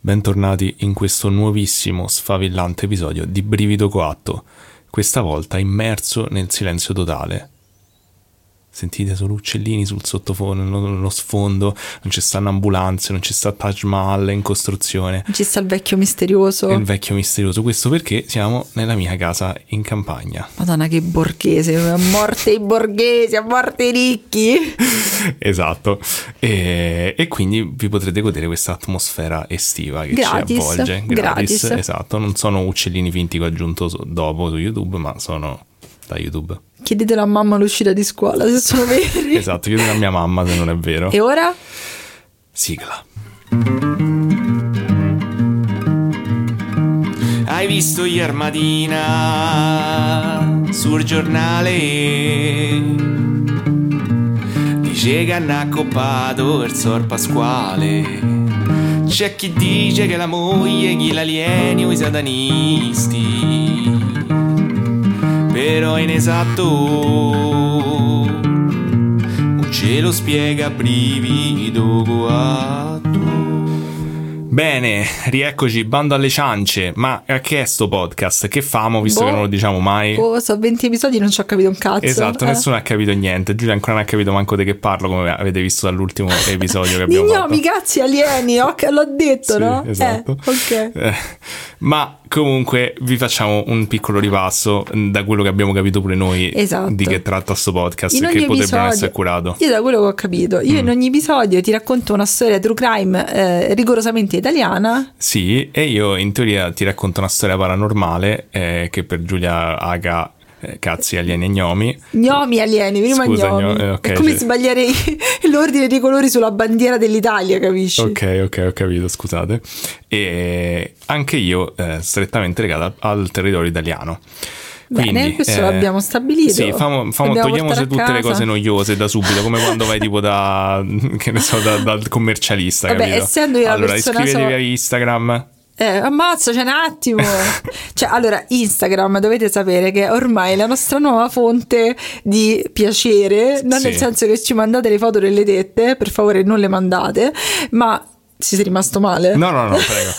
Bentornati in questo nuovissimo, sfavillante episodio di Brivido Coatto, questa volta immerso nel silenzio totale. Sentite solo uccellini sul sottofondo, nello sfondo, non ci stanno ambulanze, non ci sta Taj Mahal in costruzione. Non ci sta il vecchio misterioso. Il vecchio misterioso, questo perché siamo nella mia casa in campagna. Madonna che borghese, a morte i borghesi, a morte i ricchi. Esatto, e quindi vi potrete godere questa atmosfera estiva che gratis, ci avvolge. Gratis. Esatto, non sono uccellini finti che ho aggiunto dopo su YouTube, ma sono da YouTube. Chiedetelo a mamma all'uscita di scuola se sono veri. Esatto, chiedetelo a mia mamma se non è vero. E ora? Sigla. Hai visto ieri mattina sul giornale? Dice che hanno accoppato il Sor Pasquale. C'è chi dice che la moglie gli l'alieni o i satanisti, però è inesatto, non ce lo spiega Brivido Coatto. Bene, rieccoci, bando alle ciance. Ma che è sto podcast? Che famo, visto che non lo diciamo mai? So 20 episodi, non ci ho capito un cazzo. Esatto, nessuno ha capito niente. Giulia ancora non ha capito manco di che parlo, come avete visto dall'ultimo episodio che abbiamo fatto. Gnomi, cazzi, alieni, l'ho detto, sì, no? Esatto. Ok. Ma comunque vi facciamo un piccolo ripasso da quello che abbiamo capito pure noi, esatto, di che tratta sto podcast, che potrebbe non essere curato. Io da quello che ho capito, in ogni episodio ti racconto una storia true crime rigorosamente italiana. Sì, e io in teoria ti racconto una storia paranormale che per Giulia Aga cazzi, alieni e gnomi. Gnomi, alieni, prima scusa, gnomi. Okay, è come sbagliare l'ordine dei colori sulla bandiera dell'Italia, capisci? Ok, ho capito, scusate. E anche io strettamente legata al territorio italiano. Bene, quindi, questo l'abbiamo stabilito. Sì, togliamoci tutte le cose noiose da subito, come quando vai tipo dal commercialista. Vabbè, capito? essendo io allora, la persona iscrivetevi a Instagram. Ammazza, c'è un attimo. Cioè, allora, Instagram dovete sapere che ormai è la nostra nuova fonte di piacere, non nel senso che ci mandate le foto delle tette, per favore non le mandate, ma ci sei rimasto male? No, prego.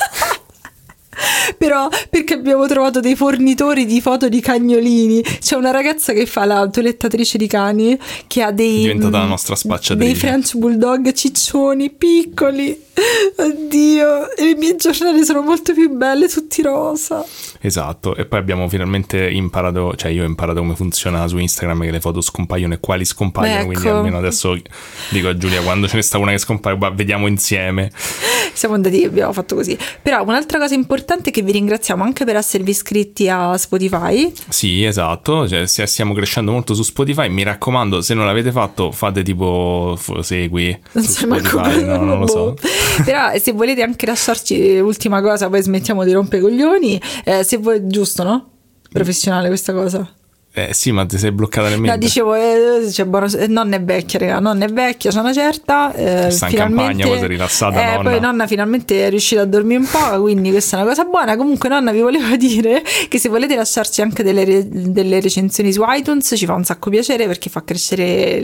Però perché abbiamo trovato dei fornitori di foto di cagnolini. C'è una ragazza che fa l'autolettatrice di cani, che ha dei, è diventata la nostra spacciatrice, dei French Bulldog ciccioni piccoli. Oddio, e le mie giornate sono molto più belle, tutti rosa. Esatto, e poi abbiamo finalmente imparato, cioè io ho imparato come funziona su Instagram, che le foto scompaiono e quali scompaiono, ecco. Quindi almeno adesso dico a Giulia, quando ce ne sta una che scompare, vediamo insieme. Siamo andati, abbiamo fatto così. Però un'altra cosa importante è che vi ringraziamo anche per esservi iscritti a Spotify. Sì, esatto, cioè, stiamo crescendo molto su Spotify, mi raccomando, se non l'avete fatto fate tipo segui non su Spotify, no, non lo so. Però se volete anche lasciarci, ultima cosa, poi smettiamo di rompere i coglioni, se vuoi, giusto, no? Professionale questa cosa. Sì, ma ti sei bloccata nel mente. No, dicevo, nonna è vecchia, raga, nonna è vecchia, c'è una certa. Sta in campagna, poi si è rilassata, nonna. Poi nonna finalmente è riuscita a dormire un po', quindi questa è una cosa buona. Comunque nonna vi voleva dire che se volete lasciarci anche delle recensioni su iTunes ci fa un sacco piacere, perché fa crescere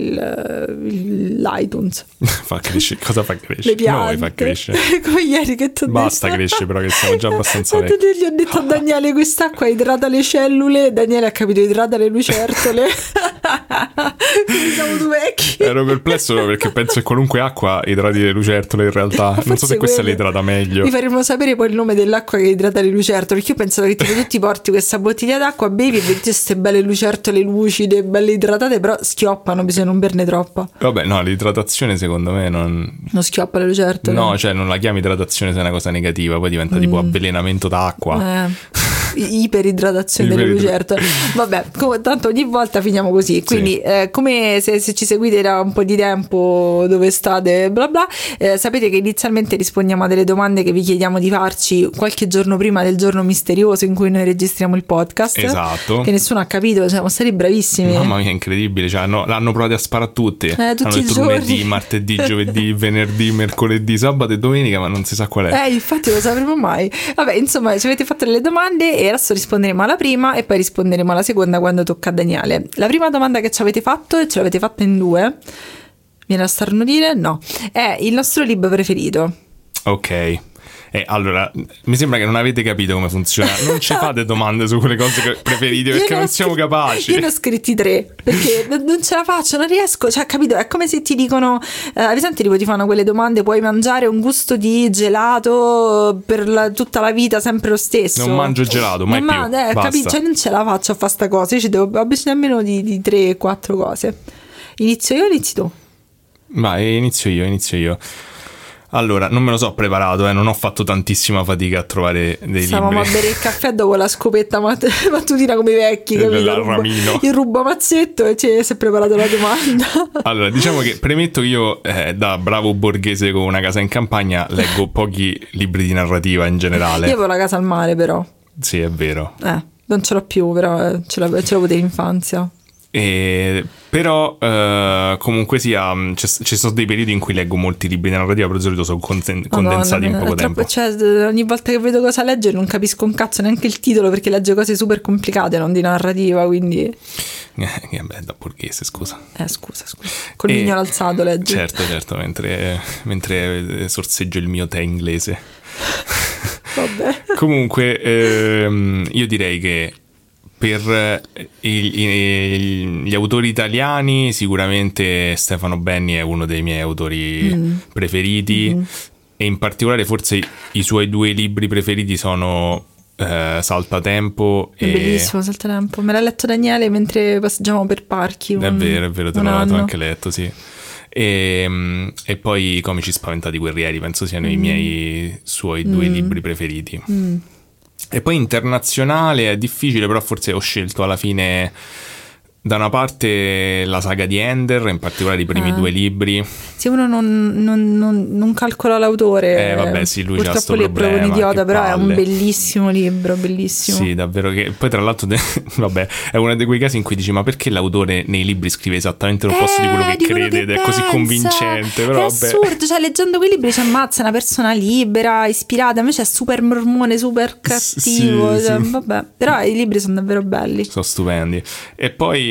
l'iTunes. Fa crescere, cosa fa crescere? Le piante. Noi fa crescere. Come ieri che ti ho detto. Basta crescere, però che siamo già abbastanza vecchi. Gli ho detto a Daniele, quest'acqua idrata le cellule, Daniele ha capito, idrata le lucertole. Quindi siamo due vecchi. Ero perplesso perché penso che qualunque acqua idrati le lucertole in realtà. Non so se questa le idrata meglio. Vi faremo sapere poi il nome dell'acqua che idrata le lucertole, perché io pensavo che tipo tu ti porti questa bottiglia d'acqua, bevi e vedi queste belle lucertole lucide, belle idratate, però schioppano, bisogna non berne troppa. Vabbè, no, l'idratazione secondo me non schioppa le lucertole. No, cioè non la chiami idratazione se è una cosa negativa, poi diventa tipo avvelenamento d'acqua. Iperidratazione delle lucertole. Vabbè, tanto ogni volta finiamo così. Quindi come se ci seguite da un po' di tempo, dove state, bla bla, sapete che inizialmente rispondiamo a delle domande che vi chiediamo di farci qualche giorno prima del giorno misterioso in cui noi registriamo il podcast. Esatto. Che nessuno ha capito, siamo stati bravissimi. Mamma mia, incredibile, cioè, l'hanno provato a sparare a tutti. Tutti hanno detto i giorni. Lunedì, martedì, giovedì, venerdì, mercoledì, sabato e domenica, ma non si sa qual è. Infatti lo sapremo mai. Vabbè, insomma, ci avete fatto delle domande e adesso risponderemo alla prima e poi risponderemo alla seconda quando tocca a Daniele. La prima domanda che ci avete fatto, e ce l'avete fatta in due, viene a starnutire? No. È il nostro libro preferito. Ok. Allora, mi sembra che non avete capito come funziona. Non ci fate domande su quelle cose che preferite perché non siamo capaci. Io ne ho scritti 3 perché non ce la faccio, non riesco. Cioè, capito? È come se ti dicono, ad esempio, tipo, ti fanno quelle domande: puoi mangiare un gusto di gelato per tutta la vita, sempre lo stesso? Non mangio gelato, mai più. Capito? Cioè, non ce la faccio a fare sta cosa. Io ho bisogno almeno di 3-4 cose. Inizio io o inizi tu? Vai, inizio io. Allora, non me lo so preparato, non ho fatto tantissima fatica a trovare dei Stavamo libri. a bere il caffè dopo la scopetta mattutina come i vecchi, Ramino. Il rubamazzetto e si è preparato la domanda. Allora, diciamo che premetto che io, da bravo borghese con una casa in campagna, leggo pochi libri di narrativa in generale. Io avevo la casa al mare, però. Sì, è vero. Non ce l'ho più, però ce l'avevo dell'infanzia. Però comunque sia, ci sono dei periodi in cui leggo molti libri di narrativa, però di solito sono condensati in poco tempo. Cioè, ogni volta che vedo cosa leggere non capisco un cazzo neanche il titolo, perché legge cose super complicate, non di narrativa, quindi Beh, da borghese, scusa. Scusa. Col mignolo alzato leggi. Certo, mentre sorseggio il mio tè inglese. Vabbè. Comunque io direi che per gli autori italiani sicuramente Stefano Benni è uno dei miei autori preferiti, e in particolare forse i suoi 2 libri preferiti sono Saltatempo è bellissimo Saltatempo, me l'ha letto Daniele mentre passeggiavamo per parchi. È vero, te l'ho anche letto, sì. E poi I comici spaventati guerrieri, penso siano i suoi 2 libri preferiti. E poi internazionale è difficile, però forse ho scelto alla fine da una parte la saga di Ender, in particolare i primi 2 libri. Se uno non calcola l'autore, vabbè, sì, lui purtroppo c'ha sto lì è proprio un problema, idiota, però palle. è un bellissimo libro, bellissimo. Sì, davvero, che poi tra l'altro vabbè, è uno di quei casi in cui dici: ma perché l'autore nei libri scrive esattamente l'opposto di quello che crede ed è così convincente? Però è assurdo, cioè leggendo quei libri ci ammazza una persona libera, ispirata, invece è super mormone, super cattivo, sì. Vabbè, però i libri sono davvero belli, sono stupendi. E poi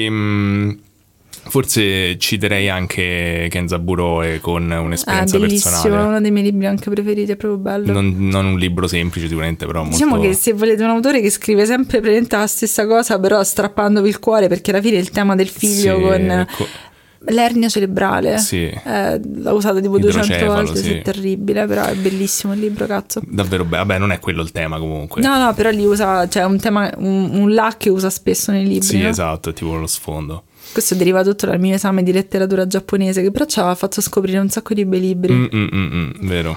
forse citerei anche Kenzaburō con un'esperienza personale. È uno dei miei libri anche preferiti, è proprio bello. Non un libro semplice sicuramente, però diciamo che se volete un autore che scrive sempre praticamente la stessa cosa, però strappandovi il cuore, perché alla fine il tema del figlio con l'ernia cerebrale, l'ha usato tipo 200 volte, sì. È terribile, però è bellissimo il libro, cazzo. Davvero bello. Vabbè, non è quello il tema comunque. No, però lì usa, cioè un tema, un là che usa spesso nei libri. Sì, no? esatto, è tipo lo sfondo. Questo deriva tutto dal mio esame di letteratura giapponese, che però ci ha fatto scoprire un sacco di bei libri. Vero.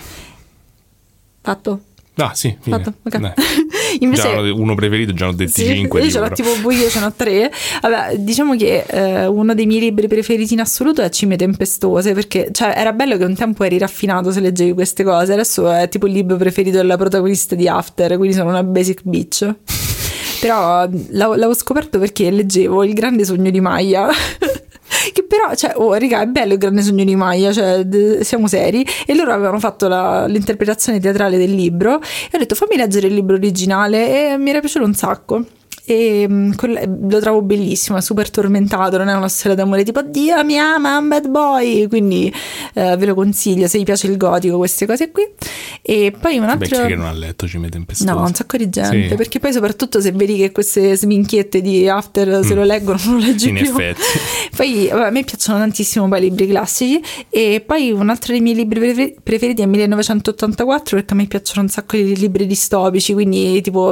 Fatto? Ah, sì, fine. Fatto, ok. Invece, già uno preferito, già ho detti 5. Io ce l'ho tipo io ce n'ho 3. Vabbè, diciamo che uno dei miei libri preferiti in assoluto è Cime tempestose, perché cioè era bello che un tempo eri raffinato se leggevi queste cose, adesso è tipo il libro preferito della protagonista di After, quindi sono una basic bitch. Però l'avevo scoperto perché leggevo Il grande sogno di Maya. Che però, cioè, raga, è bello Il grande sogno di Maya, cioè, siamo seri. E loro avevano fatto l'interpretazione teatrale del libro e ho detto fammi leggere il libro originale, e mi era piaciuto un sacco. E lo trovo bellissimo, è super tormentato, non è una storia d'amore tipo Dio mi ama, un bad boy, quindi ve lo consiglio se vi piace il gotico, queste cose qui. E poi un altro... Beh, che non ha letto Cime tempestose? No, un sacco di gente, sì. Perché poi soprattutto se vedi che queste sminchiette di After se lo leggono non lo leggi in più. Effetti. Poi a me piacciono tantissimo poi i libri classici, e poi un altro dei miei libri preferiti è 1984, perché a me piacciono un sacco di libri distopici, quindi tipo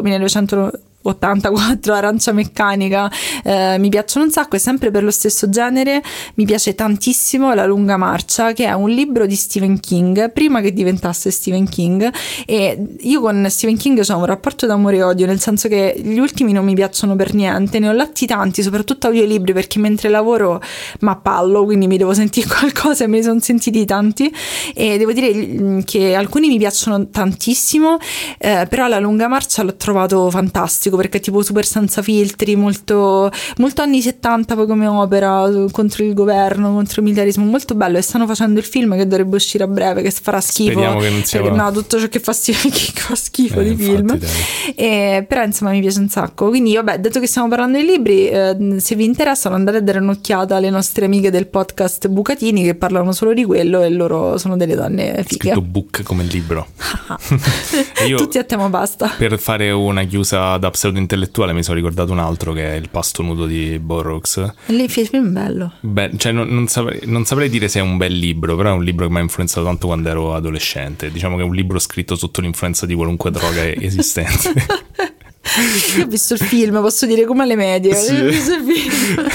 1984, Arancia meccanica, mi piacciono un sacco, e sempre per lo stesso genere mi piace tantissimo La lunga marcia, che è un libro di Stephen King prima che diventasse Stephen King, e io con Stephen King ho un rapporto d'amore e odio, nel senso che gli ultimi non mi piacciono per niente, ne ho letti tanti, soprattutto audiolibri, perché mentre lavoro m'appallo, quindi mi devo sentire qualcosa, e me ne sono sentiti tanti, e devo dire che alcuni mi piacciono tantissimo, però La lunga marcia l'ho trovato fantastico, dico, perché è tipo super senza filtri, molto, molto anni 70 poi come opera, contro il governo, contro il militarismo, molto bello. E stanno facendo il film che dovrebbe uscire a breve, che farà schifo. Speriamo che non sia no, tutto ciò che fa schifo di film. Però insomma mi piace un sacco. Quindi vabbè, dato che stiamo parlando di libri, se vi interessano andate a dare un'occhiata alle nostre amiche del podcast Bucatini, che parlano solo di quello e loro sono delle donne fighe. Scritto book come il libro. Io, tutti a tema basta. Per fare una chiusa da pseudo intellettuale mi sono ricordato un altro, che è Il pasto nudo di Burroughs. Il film è bello. Cioè non saprei dire se è un bel libro, però è un libro che mi ha influenzato tanto quando ero adolescente. Diciamo che è un libro scritto sotto l'influenza di qualunque droga esistente. Io ho visto il film, posso dire, come alle medie. Sì. Ho visto il film.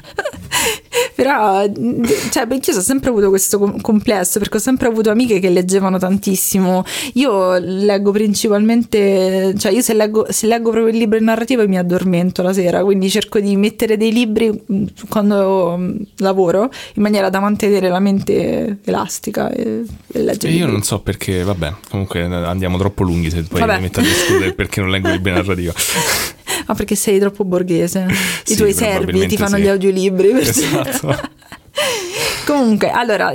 Però, cioè, perché io ho sempre avuto questo complesso, perché ho sempre avuto amiche che leggevano tantissimo. Io leggo principalmente, cioè io se leggo proprio il libro in narrativa mi addormento la sera, quindi cerco di mettere dei libri quando lavoro in maniera da mantenere la mente elastica e leggere. Io non so perché, vabbè, comunque andiamo troppo lunghi se poi mi metto a discutere perché non leggo libri in narrativa. Ah, perché sei troppo borghese. I tuoi servi ti fanno sì. Gli audiolibri. Esatto. Comunque, allora,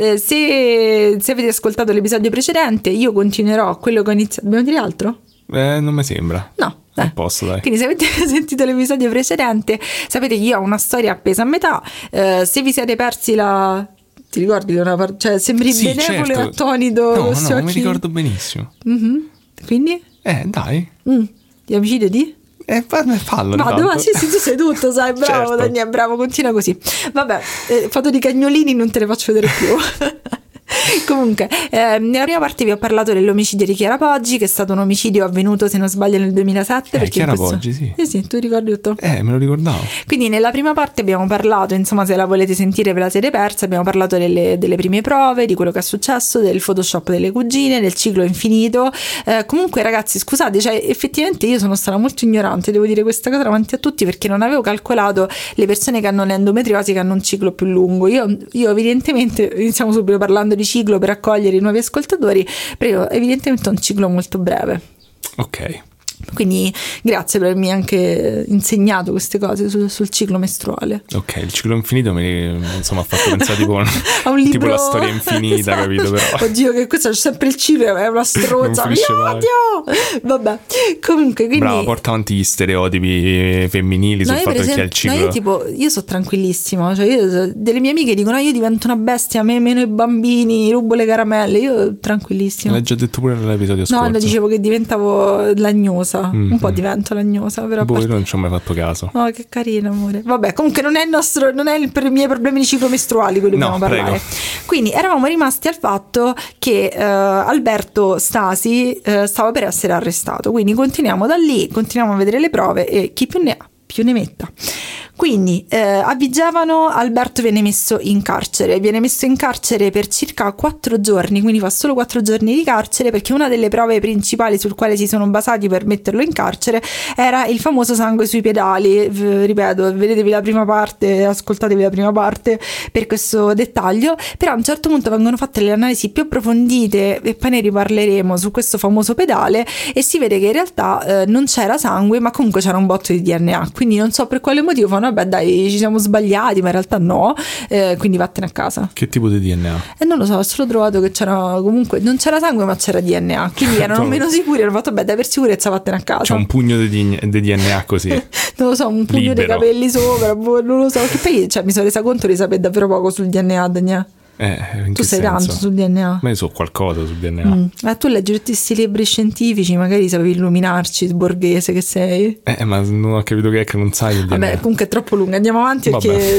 se avete ascoltato l'episodio precedente, io continuerò quello che ho iniziato. Dobbiamo dire altro? Non mi sembra. No. A posto, dai. Quindi se avete sentito l'episodio precedente, sapete che io ho una storia appesa a metà. Se vi siete persi ti ricordi cioè sembri benevolo, certo. E attonito. No, mi ricordo benissimo. Mm-hmm. Quindi? Dai. Di omicidio di? Fallo. No, sì, tu sei tutto, sai, bravo, certo. Daniele, bravo, continua così. Vabbè, foto di cagnolini non te le faccio vedere più. Comunque, nella prima parte vi ho parlato dell'omicidio di Chiara Poggi, che è stato un omicidio avvenuto, se non sbaglio, nel 2007. Perché Chiara Poggi, sì. Sì, tu ricordi tutto? Me lo ricordavo. Quindi nella prima parte abbiamo parlato, insomma, se la volete sentire ve la siete persa, abbiamo parlato delle prime prove, di quello che è successo, del Photoshop delle cugine, del ciclo infinito. Comunque ragazzi, scusate, cioè effettivamente io sono stata molto ignorante, devo dire questa cosa davanti a tutti, perché non avevo calcolato le persone che hanno l'endometriosi che hanno un ciclo più lungo. Io evidentemente, iniziamo subito parlando di ciclo per accogliere i nuovi ascoltatori, però evidentemente ho un ciclo molto breve. Ok. Quindi grazie per avermi anche insegnato queste cose sul ciclo mestruale. Ok, il ciclo infinito insomma ha fatto pensare tipo a un libro, tipo la storia infinita, esatto. Capito? Però oddio, che questo c'è sempre il ciclo, è una stronza, mi odio. Vabbè, comunque, quindi brava, porta avanti gli stereotipi femminili sul fatto che c'è il ciclo. No, io sono tranquillissima, cioè io, delle mie amiche dicono io divento una bestia, a me meno i bambini, rubo le caramelle, io tranquillissima. L'hai già detto pure nell'episodio scorso. No, lo dicevo che diventavo lagnosa. Un po' divento lagnosa, però io non ci ho mai fatto caso. Oh, che carino, amore. Vabbè, comunque non è per i miei problemi di ciclo mestruali quello che dobbiamo parlare. Prego. Quindi eravamo rimasti al fatto che Alberto Stasi stava per essere arrestato, quindi continuiamo da lì, continuiamo a vedere le prove e chi più ne ha più ne metta. Quindi a Vigevano Alberto viene messo in carcere per circa 4 giorni, quindi fa solo 4 giorni di carcere, perché una delle prove principali sul quale si sono basati per metterlo in carcere era il famoso sangue sui pedali. Ripeto, vedetevi la prima parte, ascoltatevi la prima parte per questo dettaglio. Però a un certo punto vengono fatte le analisi più approfondite e poi ne riparleremo su questo famoso pedale e si vede che in realtà non c'era sangue, ma comunque c'era un botto di DNA, quindi non so per quale motivo fanno vabbè dai, ci siamo sbagliati, ma in realtà no, quindi vattene a casa. Che tipo di DNA? Non lo so, ho solo trovato che c'era, comunque non c'era sangue ma c'era DNA, quindi erano meno sicuri, hanno fatto vabbè dai, per sicurezza vattene a casa. C'è un pugno di DNA così. Non lo so, un pugno di capelli sopra, non lo so, che poi mi sono resa conto di sapere davvero poco sul DNA, Daniele. Tu sai tanto sul DNA? Ma io so qualcosa sul DNA. Tu leggi tutti questi libri scientifici, magari sapevi illuminarci, borghese che sei. Ma non ho capito che non sai il DNA. Vabbè, comunque è troppo lungo, andiamo avanti perché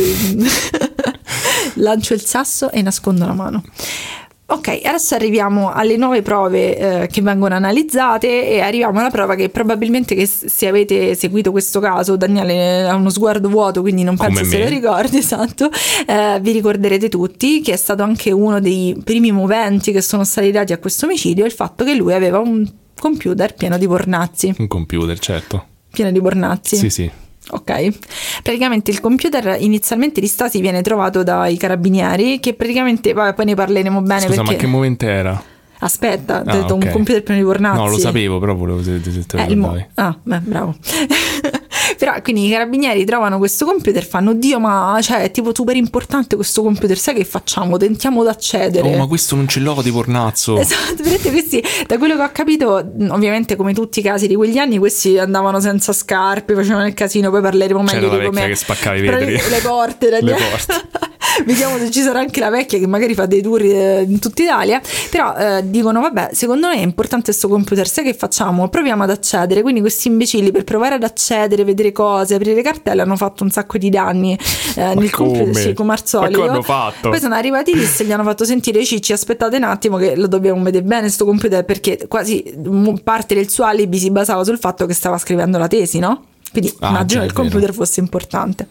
lancio il sasso e nascondo la mano. Ok, adesso arriviamo alle nuove prove che vengono analizzate e arriviamo alla prova che probabilmente, che se avete seguito questo caso, Daniele ha uno sguardo vuoto, quindi non penso se lo ricordi, esatto, vi ricorderete tutti che è stato anche uno dei primi moventi che sono stati dati a questo omicidio, il fatto che lui aveva un computer pieno di pornazzi. Un computer, certo. Pieno di pornazzi? Sì. Ok, praticamente il computer inizialmente di Stasi viene trovato dai carabinieri che praticamente, vabbè, poi ne parleremo bene. Scusa, perché... ma che momento era? Aspetta, ho Ah, detto ok. un computer pieno di pornazzi. No, lo sapevo, però volevo se te lo ricordavi. Bravo. Però quindi i carabinieri trovano questo computer, fanno oddio, ma cioè è tipo super importante questo computer, sai che facciamo? Tentiamo ad accedere. Oh, ma questo non ce l'ho di pornazzo. Esatto, vedete, questi, da quello che ho capito, ovviamente come tutti i casi di quegli anni, questi andavano senza scarpe, facevano il casino, poi parleremo meglio C'era la di vecchia come che spaccava i vetri. le porte, Le porte. Vediamo se ci sarà anche la vecchia che magari fa dei tour in tutta Italia. Però dicono vabbè, secondo me è importante questo computer, sai che facciamo? Proviamo ad accedere. Quindi questi imbecilli, per provare ad accedere, vedere cose, aprire cartelle, hanno fatto un sacco di danni nel computer, sì, come al solito. Ma come hanno fatto? Poi sono arrivati lì e gli hanno fatto sentire cicci, aspettate un attimo che lo dobbiamo vedere bene sto computer, perché quasi parte del suo alibi si basava sul fatto che stava scrivendo la tesi, no? Quindi immagino che il computer fosse importante.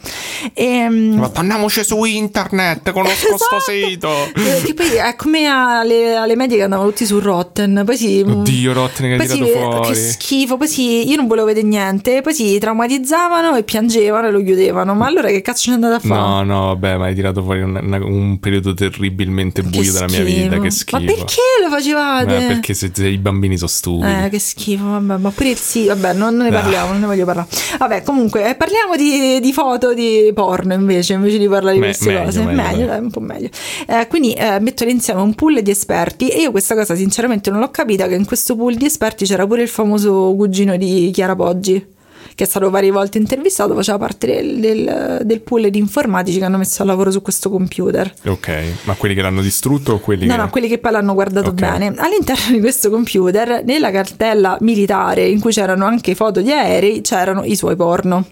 Ma andiamoci su internet, conosco sto sito. Che poi è come alle medie che andavano tutti su Rotten. Poi Oddio, Rotten che hai tirato fuori. Che schifo. Poi io non volevo vedere niente. Poi si traumatizzavano e piangevano e lo chiudevano. Ma allora che cazzo c'è andato a fare? No, vabbè, ma hai tirato fuori un periodo terribilmente buio della mia vita. Che schifo. Ma perché lo facevate? Perché se i bambini sono stupidi. Che schifo, vabbè. Ma pure vabbè, non ne parliamo, non ne voglio parlare. Vabbè, comunque parliamo di foto di porno invece di parlare di queste cose. Meglio, dai, un po' meglio. Quindi mettono insieme un pool di esperti e io questa cosa sinceramente non l'ho capita, che in questo pool di esperti c'era pure il famoso cugino di Chiara Poggi, che è stato varie volte intervistato, faceva parte del pool di informatici che hanno messo a lavoro su questo computer. Ok, ma quelli che l'hanno distrutto o quelli No, quelli che poi l'hanno guardato bene. All'interno di questo computer, nella cartella militare in cui c'erano anche foto di aerei, c'erano i suoi porno.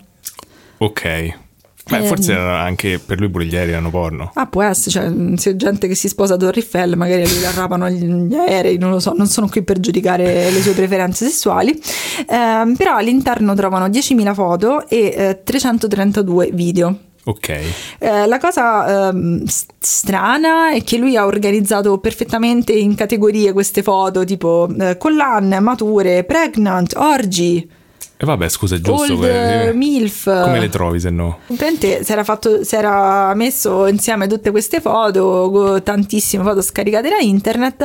Ok. Beh, forse anche per lui pure gli aerei erano porno. Può essere, cioè, se gente che si sposa a Torre Eiffel magari li arrapano gli aerei, non lo so, non sono qui per giudicare le sue preferenze sessuali. Però all'interno trovano 10.000 foto e 332 video. Ok. La cosa strana è che lui ha organizzato perfettamente in categorie queste foto, tipo collane, mature, pregnant, orgy. E vabbè, scusa, è giusto. Old, MILF. Come le trovi se no? Praticamente si era messo insieme tutte queste foto, tantissime foto scaricate da internet,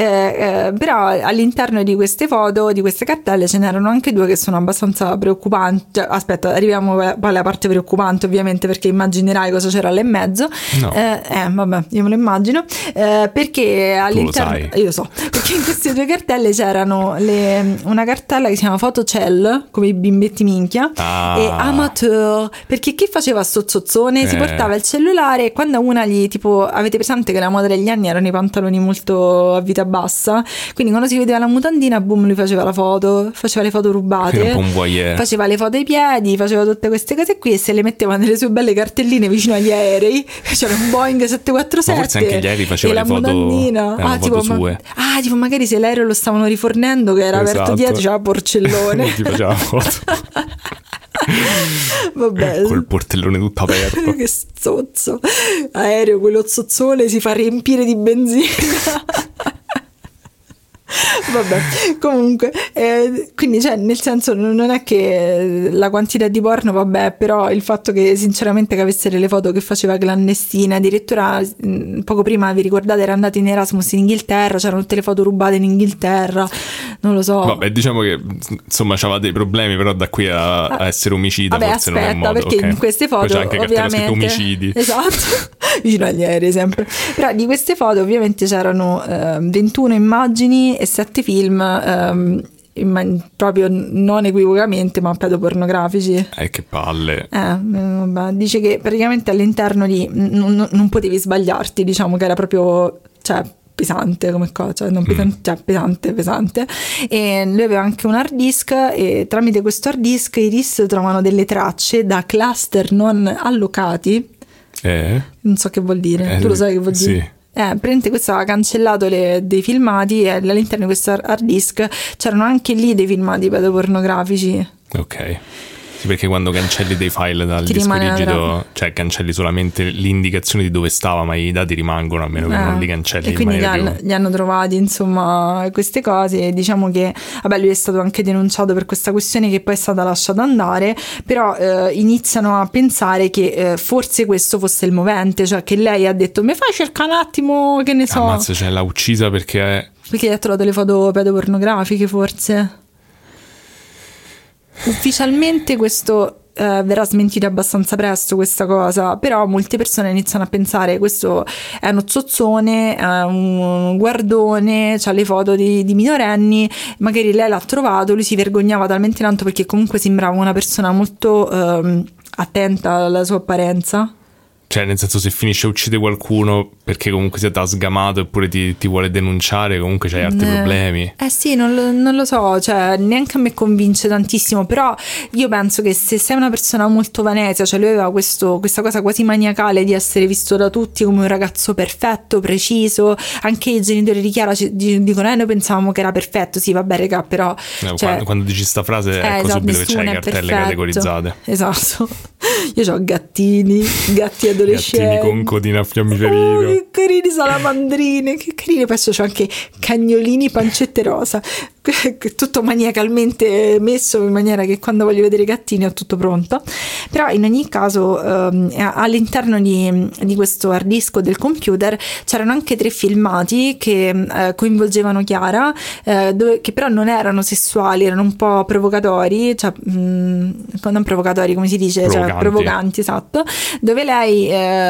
però all'interno di queste foto, di queste cartelle, ce n'erano anche due che sono abbastanza preoccupanti. Cioè, aspetta, arriviamo poi alla parte preoccupante, ovviamente, perché immaginerai cosa c'era là in mezzo. No. Vabbè, io me lo immagino, perché all'interno... Tu lo sai. Io lo so, perché in queste due cartelle c'erano una cartella che si chiama Photocell, come i bimbetti minchia, e amateur, perché chi faceva sto zozzone si portava il cellulare e quando una gli, tipo, avete presente che la moda degli anni erano i pantaloni molto a vita bassa, quindi quando si vedeva la mutandina, boom, lui faceva la foto, faceva le foto rubate, faceva le foto ai piedi, faceva tutte queste cose qui e se le metteva nelle sue belle cartelline vicino agli aerei. C'era un Boeing 747, ma forse anche gli aerei faceva e le la foto, mutandina, foto sue. Tipo magari se l'aereo lo stavano rifornendo, che era aperto dietro, c'era porcellone. Ti faceva foto. Vabbè, col portellone tutto aperto. Che zozzo. Aereo, quello zozzone si fa riempire di benzina. Vabbè, comunque, quindi cioè, nel senso non è che la quantità di porno, vabbè, però il fatto che sinceramente che avesse delle foto che faceva clandestine, addirittura poco prima, vi ricordate, era andato in Erasmus in Inghilterra, c'erano tutte le foto rubate in Inghilterra, non lo so. Vabbè, diciamo che insomma c'aveva dei problemi, però da qui a essere omicida forse non è modo. Perché in queste foto c'è anche ovviamente omicidi. Esatto. Vicino agli aerei sempre. Però di queste foto ovviamente c'erano 21 immagini e 7 film, proprio non equivocamente, ma pedopornografici. Che palle. Vabbè, dice che praticamente all'interno di non potevi sbagliarti, diciamo che era proprio, cioè, pesante come cosa, cioè non pesante, cioè pesante. E lui aveva anche un hard disk e tramite questo hard disk i RIS trovano delle tracce da cluster non allocati. Non so che vuol dire, tu lo sai che vuol dire? Sì. Praticamente questo aveva cancellato dei filmati e all'interno di questo hard disk c'erano anche lì dei filmati pedopornografici. Ok. Sì, perché quando cancelli dei file dal disco rigido, cioè cancelli solamente l'indicazione di dove stava, ma i dati rimangono, a meno che non li cancelli. E quindi li hanno trovati, insomma, queste cose. E diciamo che, vabbè, lui è stato anche denunciato per questa questione che poi è stata lasciata andare, però iniziano a pensare che forse questo fosse il movente, cioè che lei ha detto mi fai cercare un attimo, che ne so. Ammazza, cioè l'ha uccisa perché Perché gli ha trovato le foto pedopornografiche, forse. Ufficialmente questo verrà smentito abbastanza presto, questa cosa, però molte persone iniziano a pensare questo è uno zozzone, è un guardone, c'ha le foto di minorenni, magari lei l'ha trovato, lui si vergognava talmente tanto perché comunque sembrava una persona molto attenta alla sua apparenza. Cioè, nel senso, se finisce a uccidere qualcuno perché comunque si è sgamato eppure ti vuole denunciare, comunque c'hai altri problemi. Sì, non lo so, cioè neanche a me convince tantissimo, però io penso che se sei una persona molto vanesia, cioè lui aveva questa cosa quasi maniacale di essere visto da tutti come un ragazzo perfetto, preciso, anche i genitori di Chiara dicono noi pensavamo che era perfetto, sì vabbè raga, però quando dici sta frase ecco esatto, subito che c'hai le cartelle categorizzate. Esatto. Io ho gatti adolescenti, gattini con codina a fiammiferino, che carini, salamandrine, che carini. Poi c'ho anche cagnolini pancette rosa, tutto maniacalmente messo in maniera che quando voglio vedere i gattini ho tutto pronto. Però in ogni caso all'interno di questo hard disk del computer c'erano anche 3 filmati che coinvolgevano Chiara, che però non erano sessuali, erano un po' provocatori, cioè non provocatori, come si dice, provocanti, esatto, dove lei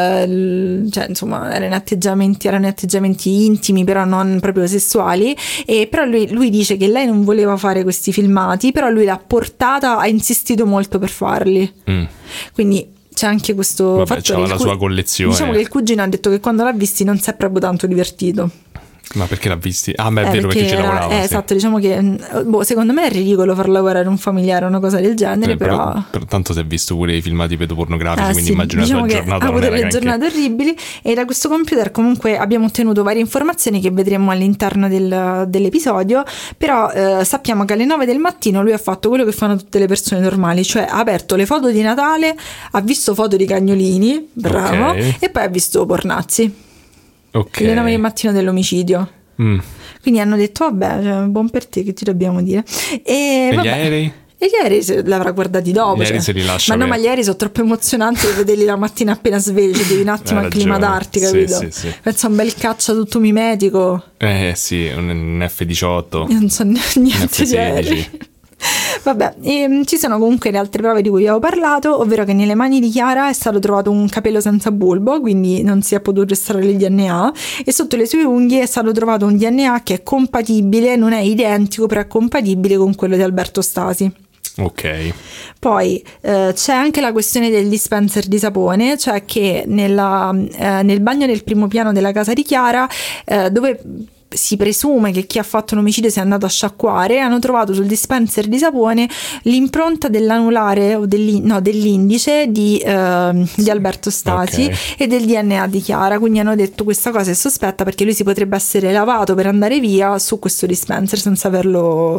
cioè insomma erano atteggiamenti intimi però non proprio sessuali, e però lui dice che lei non voleva fare questi filmati, però lui l'ha portata, ha insistito molto per farli. Quindi c'è anche questo fattore. C'era la sua collezione. Diciamo che il cugino ha detto che quando l'ha visti non si è proprio tanto divertito. Ma perché l'ha visti? Ah, ma è vero, perché ci lavorava. Sì. Esatto, diciamo che secondo me è ridicolo far lavorare un familiare o una cosa del genere, però tanto si è visto pure i filmati pedopornografici, quindi immagino diciamo la sua giornata. Ha avuto delle giornate orribili, e da questo computer comunque abbiamo ottenuto varie informazioni che vedremo all'interno dell'episodio, però sappiamo che alle 9 del mattino lui ha fatto quello che fanno tutte le persone normali, cioè ha aperto le foto di Natale, ha visto foto di cagnolini, bravo, e poi ha visto pornazzi. Le 9 del mattino dell'omicidio. Quindi hanno detto vabbè, cioè, buon per te, che ti dobbiamo dire. E gli aerei? E gli aerei l'avrà guardati dopo. Gli aerei se li lascia. Ma no, ma gli aerei sono troppo emozionanti per vederli la mattina appena svegli, devi un attimo acclimatarti, capito? Sì. Pensa a un bel caccia tutto mimetico. Sì, un F-18. Io non so niente di aerei. Vabbè, ci sono comunque le altre prove di cui avevo parlato, ovvero che nelle mani di Chiara è stato trovato un capello senza bulbo, quindi non si è potuto estrarre il DNA, e sotto le sue unghie è stato trovato un DNA che è compatibile, non è identico, però è compatibile con quello di Alberto Stasi. Ok. Poi c'è anche la questione del dispenser di sapone, cioè che nel bagno del primo piano della casa di Chiara, dove si presume che chi ha fatto l'omicidio sia andato a sciacquare, hanno trovato sul dispenser di sapone l'impronta dell'anulare o dell'indice di Alberto Stasi, e del DNA di Chiara, quindi hanno detto questa cosa è sospetta perché lui si potrebbe essere lavato per andare via su questo dispenser senza averlo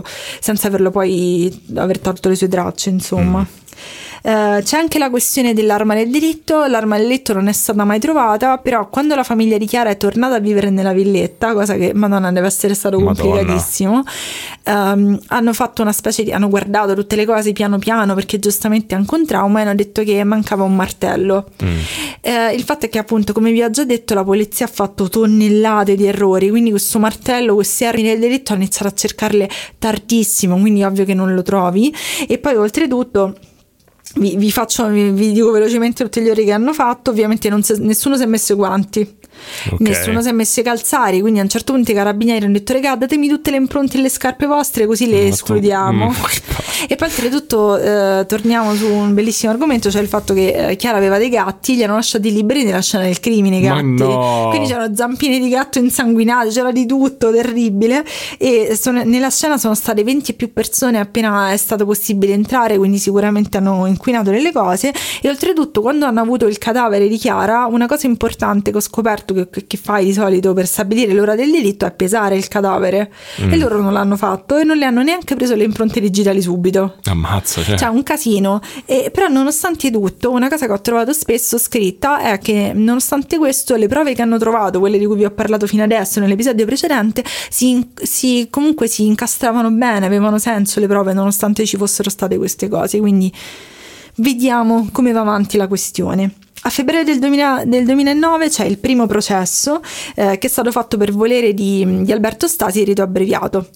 poi aver tolto le sue tracce, insomma. C'è anche la questione dell'arma del delitto. L'arma del delitto non è stata mai trovata, però quando la famiglia di Chiara è tornata a vivere nella villetta, cosa che madonna deve essere stato complicatissimo, hanno fatto hanno guardato tutte le cose piano piano perché giustamente anche un trauma, e hanno detto che mancava un martello. Il fatto è che appunto, come vi ho già detto, la polizia ha fatto tonnellate di errori, quindi questo martello, queste armi del delitto hanno iniziato a cercarle tardissimo, quindi ovvio che non lo trovi. E poi oltretutto vi dico velocemente tutti gli errori che hanno fatto. Ovviamente nessuno si è messo i guanti, nessuno si è messo i calzari, quindi a un certo punto i carabinieri hanno detto regà, datemi tutte le impronte e le scarpe vostre così le escludiamo. E poi oltretutto torniamo su un bellissimo argomento, cioè il fatto che Chiara aveva dei gatti, gli hanno lasciati liberi nella scena del crimine i gatti, quindi c'erano zampine di gatto insanguinate, c'era di tutto, terribile. E nella scena sono state 20 e più persone appena è stato possibile entrare, quindi sicuramente hanno inquinato delle cose. E oltretutto quando hanno avuto il cadavere di Chiara, una cosa importante che ho scoperto che fai di solito per stabilire l'ora del delitto è pesare il cadavere, e loro non l'hanno fatto e non le hanno neanche preso le impronte digitali subito. Ammazza, cioè un casino. Però nonostante tutto, una cosa che ho trovato spesso scritta è che nonostante questo le prove che hanno trovato, quelle di cui vi ho parlato fino adesso nell'episodio precedente, comunque si incastravano bene, avevano senso le prove nonostante ci fossero state queste cose, quindi vediamo come va avanti la questione. A febbraio del 2009 c'è il primo processo che è stato fatto per volere di Alberto Stasi, rito abbreviato.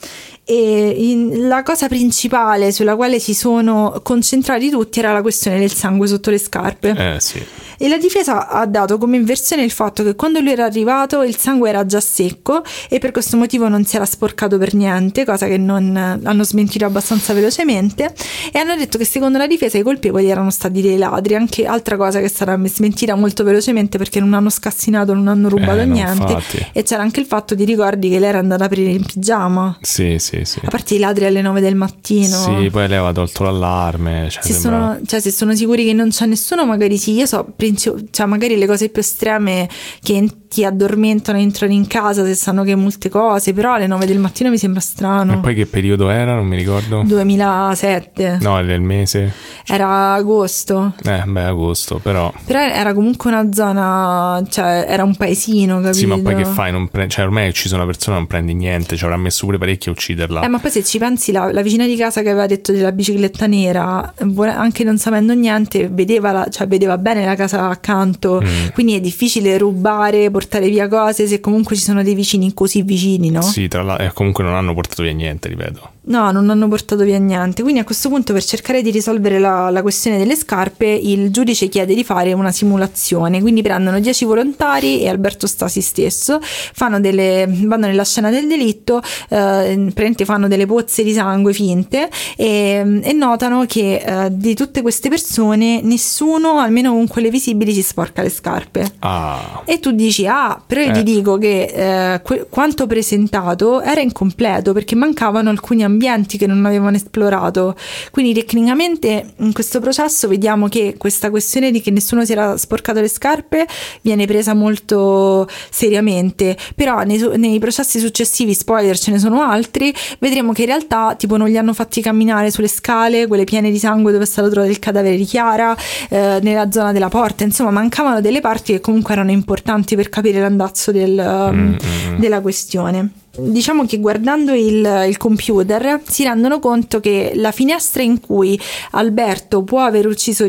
E la cosa principale sulla quale si sono concentrati tutti era la questione del sangue sotto le scarpe. Sì. E la difesa ha dato come inversione il fatto che quando lui era arrivato il sangue era già secco e per questo motivo non si era sporcato per niente, cosa che non hanno smentito abbastanza velocemente, e hanno detto che secondo la difesa i colpevoli erano stati dei ladri, anche altra cosa che sarà smentita molto velocemente perché non hanno scassinato, non hanno rubato niente. Infatti. E c'era anche il fatto, ti ricordi, che lei era andata a aprire in pigiama? Sì. A parte i ladri alle 9 del mattino. Sì, poi lei aveva tolto l'allarme. Se sono sicuri che non c'è nessuno, magari sì. Io so, magari le cose più estreme che ti addormentano, entrano in casa se sanno che molte cose, però alle 9 del mattino mi sembra strano. E poi che periodo era? Non mi ricordo. 2007. No, del mese? Era agosto. Agosto, però era comunque una zona, cioè era un paesino, capito? Sì, ma poi che fai? Ormai hai ucciso una persona, non prendi niente, ci avrà messo pure parecchio a ucciderla. Ma poi se ci pensi, la vicina di casa che aveva detto della bicicletta nera, anche non sapendo niente, vedeva bene la casa accanto, quindi è difficile rubare, portare via cose se comunque ci sono dei vicini così vicini, no? Sì, comunque non hanno portato via niente, ripeto. No, non hanno portato via niente. Quindi a questo punto, per cercare di risolvere la questione delle scarpe, il giudice chiede di fare una simulazione. Quindi prendono 10 volontari e Alberto Stasi stesso, vanno nella scena del delitto, fanno delle pozze di sangue finte e notano che di tutte queste persone nessuno, almeno con quelle visibili, si sporca le scarpe. E tu dici, però io ti dico che quanto presentato era incompleto perché mancavano alcuni ambienti che non avevano esplorato. Quindi tecnicamente in questo processo vediamo che questa questione di che nessuno si era sporcato le scarpe viene presa molto seriamente, però nei processi successivi, spoiler, ce ne sono altri, vedremo che in realtà tipo non li hanno fatti camminare sulle scale, quelle piene di sangue dove è stato trovato il cadavere di Chiara, nella zona della porta, insomma mancavano delle parti che comunque erano importanti per capire l'andazzo della questione. Diciamo che guardando il computer si rendono conto che la finestra in cui Alberto può aver ucciso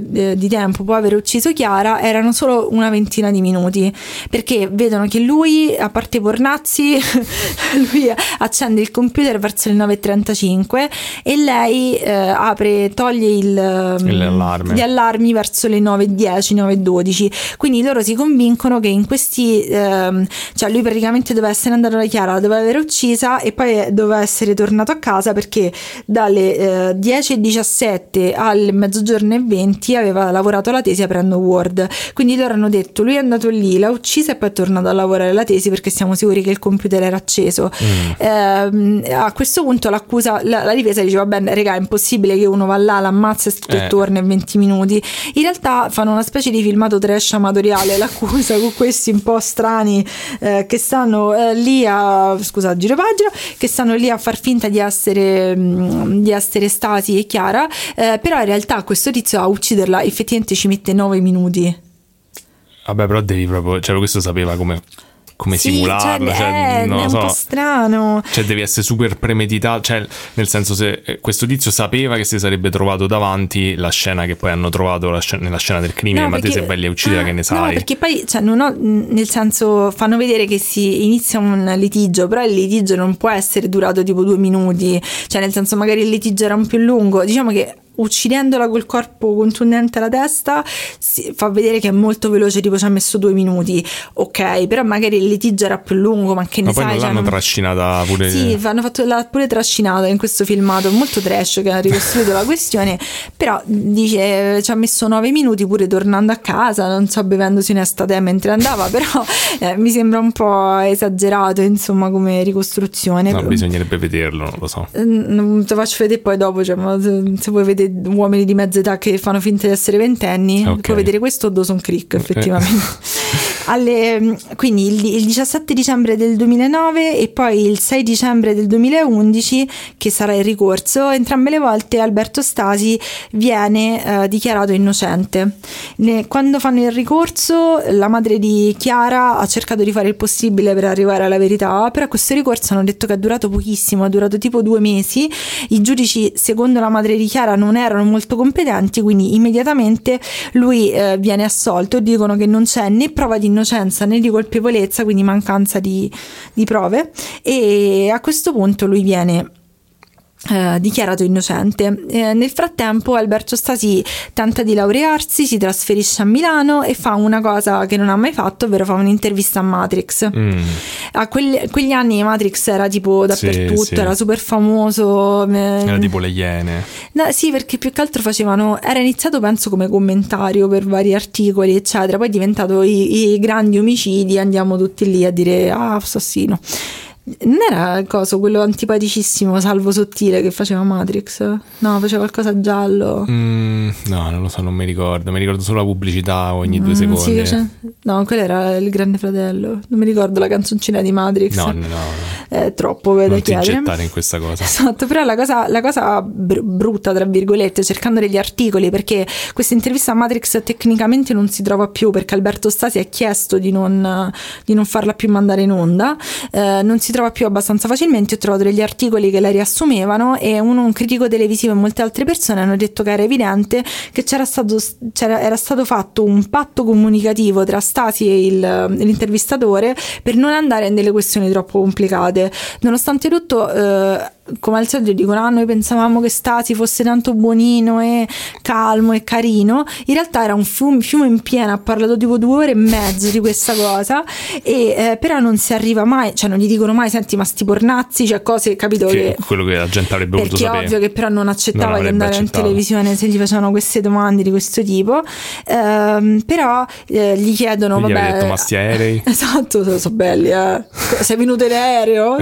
Chiara erano solo una ventina di minuti, perché vedono che lui, a parte Pornazzi, lui accende il computer verso le 9:35 e lei toglie gli allarmi verso le 9:10, 9:12. Quindi loro si convincono che in questi lui praticamente doveva essere andato da Chiara, doveva aver uccisa e poi doveva essere tornato a casa perché dalle 10:17 al 12:20 aveva lavorato la tesi aprendo Word. Quindi loro hanno detto lui è andato lì, l'ha uccisa e poi è tornato a lavorare la tesi perché siamo sicuri che il computer era acceso. A questo punto la difesa dice vabbè raga, è impossibile che uno va là, l'ammazza e torna in 20 minuti. In realtà fanno una specie di filmato trash amatoriale, l'accusa, con questi un po' strani che stanno lì giro pagina, che stanno lì a far finta di essere Stasi e Chiara, però in realtà questo tizio a ucciderla effettivamente ci mette 9 minuti. Vabbè, però devi proprio, questo sapeva come simularlo, è non lo un so. po' strano. Devi essere super premeditato, nel senso, se questo tizio sapeva che si sarebbe trovato davanti la scena che poi hanno trovato nella scena del crimine, ma te se vai lì a uccidere che ne sai? No, perché poi nel senso fanno vedere che si inizia un litigio, però il litigio non può essere durato tipo 2 minuti, nel senso magari il litigio era un più lungo, diciamo che uccidendola col corpo contundente alla testa si fa vedere che è molto veloce, tipo ci ha messo 2 minuti, ok, però magari il litigio era più lungo, ma che ne sai? Ma poi non l'hanno trascinata pure? Sì, hanno fatto pure trascinata in questo filmato molto trash che ha ricostruito la questione, però dice ci ha messo 9 minuti pure tornando a casa, non so, bevendosi un'estate mentre andava, però mi sembra un po' esagerato insomma come ricostruzione. No, bisognerebbe vederlo, non lo so. Te lo faccio vedere poi dopo, ma se vuoi vedere uomini di mezza età che fanno finta di essere ventenni, puoi vedere questo o Dawson Creek effettivamente. Quindi il 17 dicembre del 2009 e poi il 6 dicembre del 2011 che sarà il ricorso, entrambe le volte Alberto Stasi viene dichiarato innocente. Quando fanno il ricorso, la madre di Chiara ha cercato di fare il possibile per arrivare alla verità, però questo ricorso hanno detto che è durato pochissimo, è durato tipo 2 mesi. I giudici, secondo la madre di Chiara, non erano molto competenti, quindi immediatamente lui viene assolto. Dicono che non c'è né prova di innocenza né di colpevolezza, quindi mancanza di prove, e a questo punto lui viene dichiarato innocente. Nel frattempo Alberto Stasi tenta di laurearsi, si trasferisce a Milano e fa una cosa che non ha mai fatto, ovvero fa un'intervista a Matrix. A quegli anni Matrix era tipo dappertutto, sì. Era super famoso, era tipo Le Iene. No, sì, perché più che altro era iniziato penso come commentario per vari articoli eccetera, poi è diventato i grandi omicidi, andiamo tutti lì a dire assassino. Non era quello antipaticissimo Salvo Sottile che faceva Matrix? No, faceva qualcosa giallo. No, non lo so, non mi ricordo. Mi ricordo solo la pubblicità ogni 2 secondi. Sì, no, quello era il Grande Fratello. Non mi ricordo la canzoncina di Matrix. No. È troppo da chiedere. Non ti gettare in questa cosa. Esatto, però la cosa brutta, tra virgolette, cercando degli articoli, perché questa intervista a Matrix tecnicamente non si trova più, perché Alberto Stasi ha chiesto di non farla più mandare in onda. Non si trova più abbastanza facilmente. Ho trovato degli articoli che la riassumevano e un critico televisivo e molte altre persone hanno detto che era evidente che era stato fatto un patto comunicativo tra Stasi e l'intervistatore per non andare in delle questioni troppo complicate. Nonostante tutto, come al solito dicono noi pensavamo che Stasi fosse tanto buonino e calmo e carino. In realtà era un fiume in piena, ha parlato tipo 2 ore e mezzo di questa cosa e però non si arriva mai, cioè non gli dicono mai senti ma sti pornazzi, cioè cose, capito, che quello che la gente avrebbe voluto sapere, perché è ovvio che però non accettava di andare in televisione se gli facevano queste domande di questo tipo. Però gli chiedono gli aveva detto ma sti aerei esatto, sono belli, sei venuto in aereo?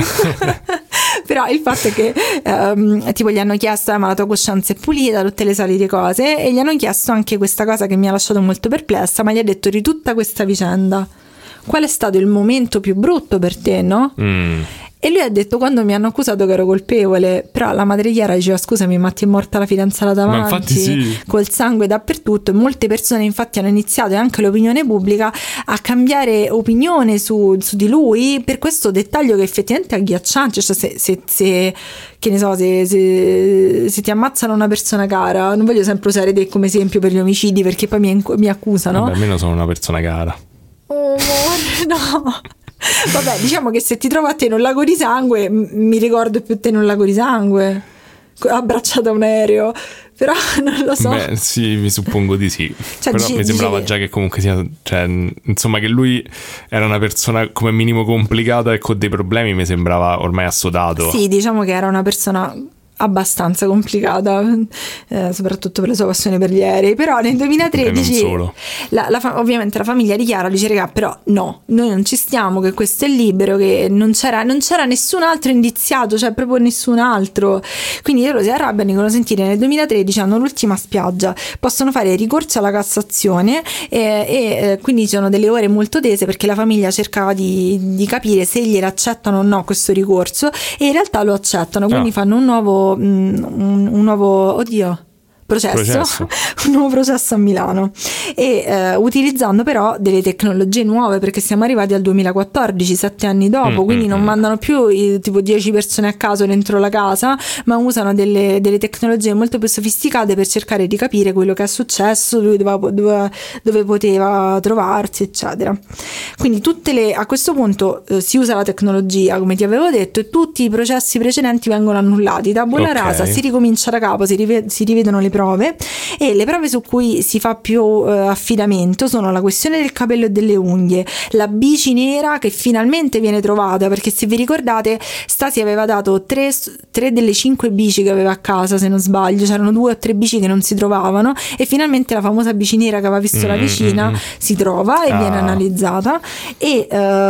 Però il fatto è che tipo gli hanno chiesto ma la tua coscienza è pulita, tutte le solite cose, e gli hanno chiesto anche questa cosa che mi ha lasciato molto perplessa, ma gli ha detto di tutta questa vicenda qual è stato il momento più brutto per te, no? E lui ha detto quando mi hanno accusato che ero colpevole, però la madre Chiara diceva scusami ma ti è morta la fidanzata davanti, ma infatti sì, col sangue dappertutto, e molte persone infatti hanno iniziato, e anche l'opinione pubblica, a cambiare opinione su di lui per questo dettaglio che effettivamente è agghiacciante. Cioè se che ne so, se ti ammazzano una persona cara, non voglio sempre usare te come esempio per gli omicidi perché poi mi accusano. Vabbè, almeno sono una persona cara. Oh amore, no. Vabbè, diciamo che se ti trovo a te in un lago di sangue, mi ricordo più te in un lago di sangue abbracciata a un aereo, però non lo so. Beh, sì, mi suppongo di sì. Cioè, però mi sembrava già che comunque sia, cioè, insomma, che lui era una persona come minimo complicata e con dei problemi, mi sembrava ormai assodato. Sì, diciamo che era una persona abbastanza complicata, soprattutto per la sua passione per gli aerei. Però nel 2013 ovviamente la famiglia di Chiara dice raga, però no, noi non ci stiamo, che questo è libero, che non c'era nessun altro indiziato, cioè proprio nessun altro. Quindi loro si arrabbiano, dicono sentire, nel 2013 hanno l'ultima spiaggia, possono fare ricorso alla Cassazione e quindi ci sono delle ore molto tese perché la famiglia cercava di capire se glielo accettano o no questo ricorso, e in realtà lo accettano, quindi fanno un nuovo processo. Un nuovo processo a Milano, e utilizzando però delle tecnologie nuove, perché siamo arrivati al 2014, 7 anni dopo, quindi non mandano più tipo 10 persone a caso dentro la casa, ma usano delle tecnologie molto più sofisticate per cercare di capire quello che è successo, lui dove poteva trovarsi, eccetera. Quindi a questo punto si usa la tecnologia, come ti avevo detto, e tutti i processi precedenti vengono annullati, tabula rasa, si ricomincia da capo, si rivedono le prove, e le prove su cui si fa più affidamento sono la questione del capello e delle unghie, la bici nera che finalmente viene trovata, perché se vi ricordate Stasi aveva dato 3 delle 5 bici che aveva a casa, se non sbaglio, c'erano 2 o 3 bici che non si trovavano, e finalmente la famosa bici nera che aveva visto la vicina si trova e viene analizzata, e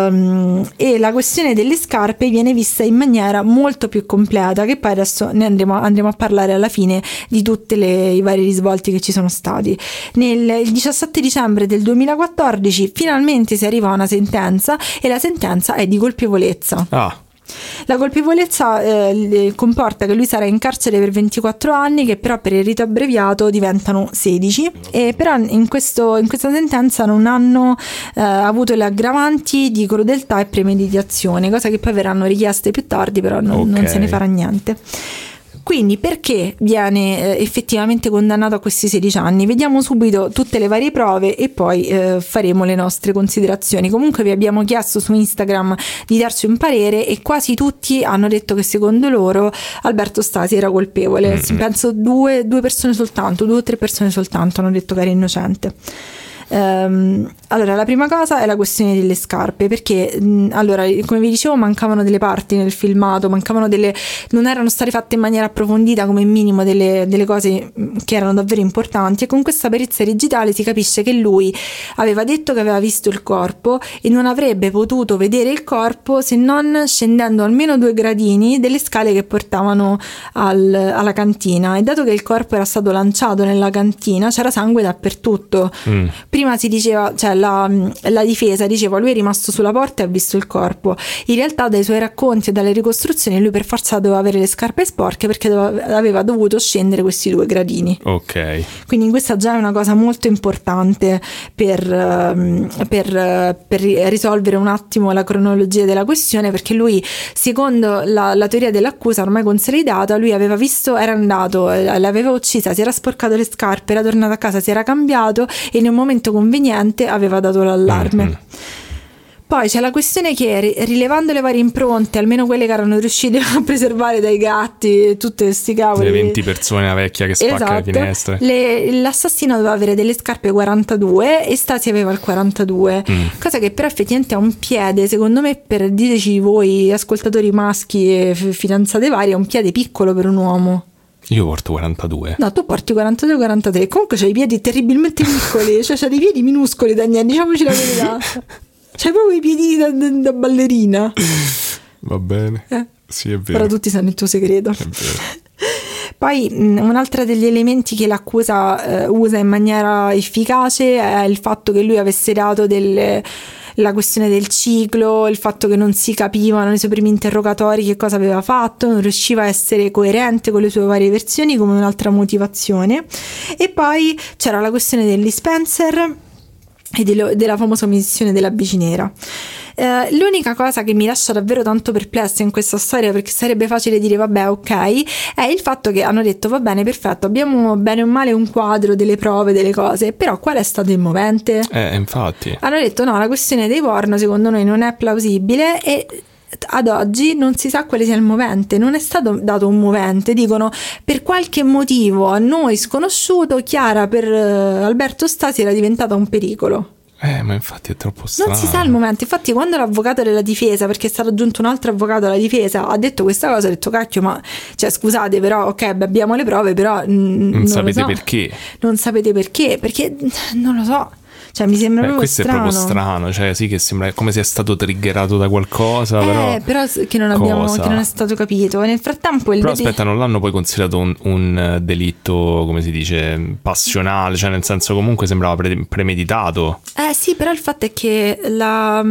la questione delle scarpe viene vista in maniera molto più completa, che poi adesso ne andremo a parlare alla fine di tutte i vari risvolti volti che ci sono stati. Il 17 dicembre del 2014 finalmente si arriva a una sentenza, e la sentenza è di colpevolezza. La colpevolezza comporta che lui sarà in carcere per 24 anni, che però per il rito abbreviato diventano 16, e però in questa sentenza non hanno avuto le aggravanti di crudeltà e premeditazione, cosa che poi verranno richieste più tardi, però non se ne farà niente. Quindi perché viene effettivamente condannato a questi 16 anni? Vediamo subito tutte le varie prove e poi faremo le nostre considerazioni. Comunque vi abbiamo chiesto su Instagram di darci un parere e quasi tutti hanno detto che secondo loro Alberto Stasi era colpevole. Penso due persone soltanto, 2 o 3 persone soltanto hanno detto che era innocente. Allora, la prima cosa è la questione delle scarpe, perché allora, come vi dicevo, mancavano delle parti nel filmato, non erano state fatte in maniera approfondita come minimo delle cose che erano davvero importanti, e con questa perizia digitale si capisce che lui aveva detto che aveva visto il corpo e non avrebbe potuto vedere il corpo se non scendendo almeno 2 gradini delle scale che portavano alla cantina, e dato che il corpo era stato lanciato nella cantina c'era sangue dappertutto. Prima si diceva, cioè la difesa diceva lui è rimasto sulla porta e ha visto il corpo. In realtà dai suoi racconti e dalle ricostruzioni lui per forza doveva avere le scarpe sporche, perché aveva dovuto scendere questi 2 gradini. Ok. Quindi questa già è una cosa molto importante per risolvere un attimo la cronologia della questione, perché lui, secondo la teoria dell'accusa ormai consolidata, lui aveva visto, era andato, l'aveva uccisa, si era sporcato le scarpe, era tornato a casa, si era cambiato e in un momento conveniente aveva dato l'allarme. Poi c'è la questione che, rilevando le varie impronte, almeno quelle che erano riuscite a preservare dai gatti, tutte questi cavoli, le 20 persone, la vecchia che spacca le finestre, l'assassino doveva avere delle scarpe 42 e Stasi aveva il 42, cosa che però effettivamente ha un piede, secondo me, per diteci voi ascoltatori maschi e fidanzate varie, è un piede piccolo per un uomo. Io porto 42. No, tu porti 42-43. Comunque c'hai i piedi terribilmente piccoli. Cioè c'hai dei piedi minuscoli, Daniele, diciamoci la verità. C'hai proprio i piedi da ballerina. Va bene. Sì, è vero. Però tutti sanno il tuo segreto. È vero. Poi un'altra degli elementi che l'accusa usa in maniera efficace è il fatto che lui avesse dato la questione del ciclo, il fatto che non si capivano nei suoi primi interrogatori che cosa aveva fatto, non riusciva a essere coerente con le sue varie versioni come un'altra motivazione. E poi c'era la questione del dispenser e della famosa omissione della bici nera. L'unica cosa che mi lascia davvero tanto perplessa in questa storia, perché sarebbe facile dire vabbè ok, è il fatto che hanno detto va bene, perfetto, abbiamo bene o male un quadro delle prove, delle cose, però qual è stato il movente? Infatti hanno detto no, la questione dei porno secondo noi non è plausibile e ad oggi non si sa quale sia il movente, non è stato dato un movente, dicono per qualche motivo a noi sconosciuto Chiara per Alberto Stasi era diventata un pericolo. Ma infatti è troppo strano. Non si sa il momento. Infatti quando l'avvocato della difesa, perché è stato aggiunto un altro avvocato alla difesa, ha detto questa cosa, ho detto cacchio, ma cioè scusate, però ok, abbiamo le prove, però non sapete so. Perché? Non sapete perché non lo so. Cioè mi sembra proprio questo strano. È proprio strano, cioè sì, che sembra come sia stato triggerato da qualcosa, però che non è stato capito. Nel frattempo aspetta, non l'hanno poi considerato un delitto, come si dice, passionale, cioè nel senso comunque sembrava premeditato. Sì, però il fatto è che la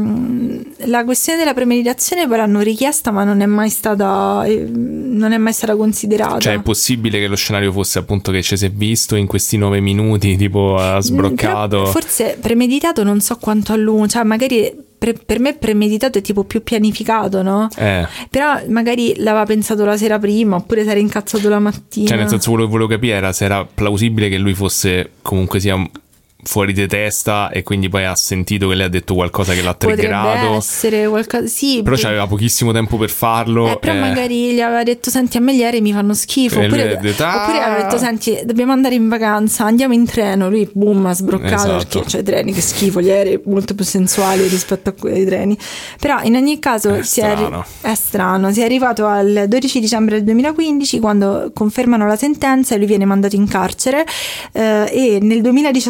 questione della premeditazione poi l'hanno richiesta, ma non è mai stata considerata. Cioè è possibile che lo scenario fosse appunto che ci si è visto in questi 9 minuti, tipo ha sbroccato. Forse premeditato non so quanto a lungo, cioè magari per me premeditato è tipo più pianificato, no? Però magari l'aveva pensato la sera prima, oppure si era incazzato la mattina. Cioè nel senso volevo capire era se era plausibile che lui fosse comunque sia fuori di testa e quindi poi ha sentito che lei ha detto qualcosa che l'ha triggerato. Potrebbe essere qualcosa, sì. Però c'aveva pochissimo tempo per farlo. Però magari gli aveva detto senti, a me gli aerei mi fanno schifo, oppure aveva detto senti, dobbiamo andare in vacanza, andiamo in treno. Lui boom, ha sbroccato, esatto. Perché i treni, che schifo, gli aerei molto più sensuali rispetto a quelli dei treni. Però in ogni caso è strano. Si è arrivato al 12 dicembre del 2015 quando confermano la sentenza e lui viene mandato in carcere, e nel 2017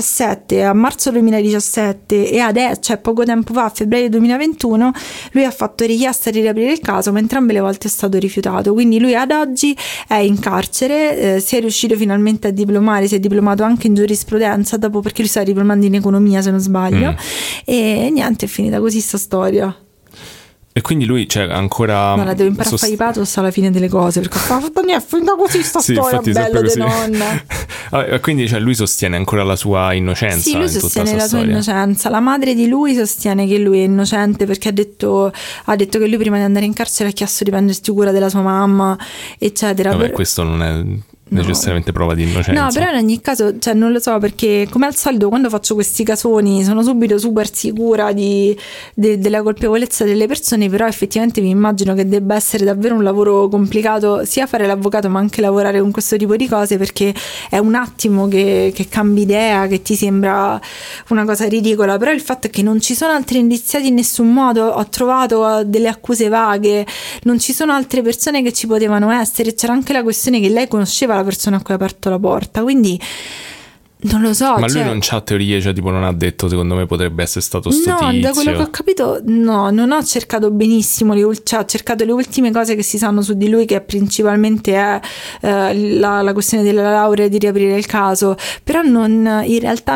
2017 a marzo 2017 e adesso, cioè poco tempo fa, a febbraio 2021, lui ha fatto richiesta di riaprire il caso, ma entrambe le volte è stato rifiutato. Quindi lui ad oggi è in carcere, si è riuscito finalmente a diplomare, si è diplomato anche in giurisprudenza dopo, perché lui sta diplomando in economia se non sbaglio, e niente, è finita così sta storia. E quindi lui, cioè, ancora... No, la devo imparare a fare i pathos alla fine delle cose, perché è finita così sta sì, storia bella di nonna. Vabbè, quindi cioè, lui sostiene ancora la sua innocenza. Sì, lui in sostiene tutta la sua storia. innocenza. La madre di lui sostiene che lui è innocente, perché ha detto che lui prima di andare in carcere ha chiesto di prendersi cura della sua mamma, eccetera. Vabbè, questo non è necessariamente prova di innocenza. No, però in ogni caso, cioè, non lo so, perché come al solito quando faccio questi casoni sono subito super sicura della colpevolezza delle persone, però effettivamente mi immagino che debba essere davvero un lavoro complicato sia fare l'avvocato ma anche lavorare con questo tipo di cose, perché è un attimo che cambi idea, che ti sembra una cosa ridicola. Però il fatto è che non ci sono altri indiziati in nessun modo, ho trovato delle accuse vaghe, non ci sono altre persone che ci potevano essere, c'era anche la questione che lei conosceva la persona a cui ha aperto la porta, quindi non lo so. Ma lui non c'ha teorie, cioè tipo non ha detto secondo me potrebbe essere stato sto no, tizio. da quello che ho capito no, non ho cercato benissimo cioè, ho cercato le ultime cose che si sanno su di lui, che principalmente è la questione della laurea e di riaprire il caso, però in realtà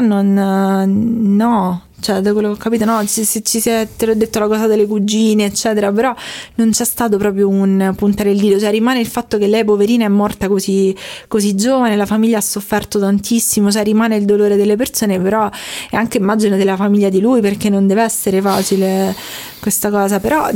no. Cioè, da quello che ho capito, no, te l'ho detto, la cosa delle cugine, eccetera, però non c'è stato proprio un puntare il dito. Cioè, rimane il fatto che lei, poverina, è morta così giovane, la famiglia ha sofferto tantissimo, cioè rimane il dolore delle persone, però è anche, immagino, della famiglia di lui, perché non deve essere facile questa cosa, però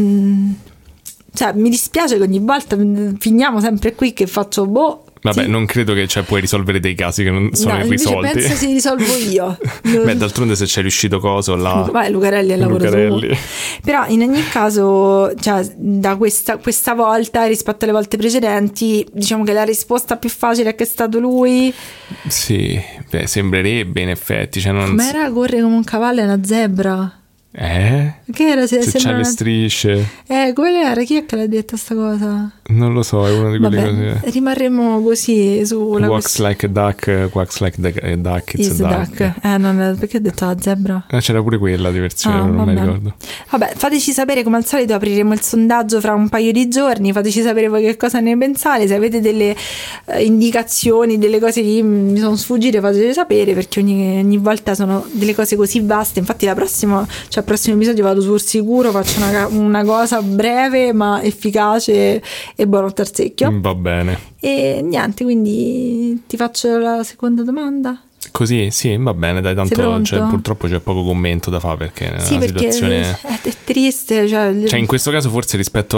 cioè, mi dispiace che ogni volta finiamo sempre qui che faccio Vabbè, sì. Non credo che puoi risolvere dei casi che non sono irrisolti. Penso si risolvo io. Beh, d'altronde se c'è riuscito coso là. Vai, Lucarelli è il lavoro suo. Però in ogni caso, cioè, da questa volta rispetto alle volte precedenti, diciamo che la risposta più facile è che è stato lui. Sì, beh, sembrerebbe in effetti. Cioè non... Com'era corre come un cavallo e una zebra? Che era? Se c'ha le strisce. Come era? Chi è che l'ha detta sta cosa? Non lo so, è una di quelle cose. Rimarremo così sulla Walks like a duck, quacks like a duck, it's a duck. Perché ho detto la zebra? C'era pure quella di versione, non mi ricordo. Vabbè, fateci sapere, come al solito apriremo il sondaggio fra un paio di giorni, fateci sapere voi che cosa ne pensate, se avete delle indicazioni, delle cose che mi sono sfuggite, fateci sapere, perché ogni volta sono delle cose così vaste. Infatti al prossimo episodio vado sul sicuro, faccio una cosa breve ma efficace e buono al tarsecchio. Va bene. E niente, quindi ti faccio la seconda domanda. Così, sì, va bene, dai, tanto purtroppo c'è poco commento da fare, perché è una situazione... è triste. Cioè, in questo caso forse rispetto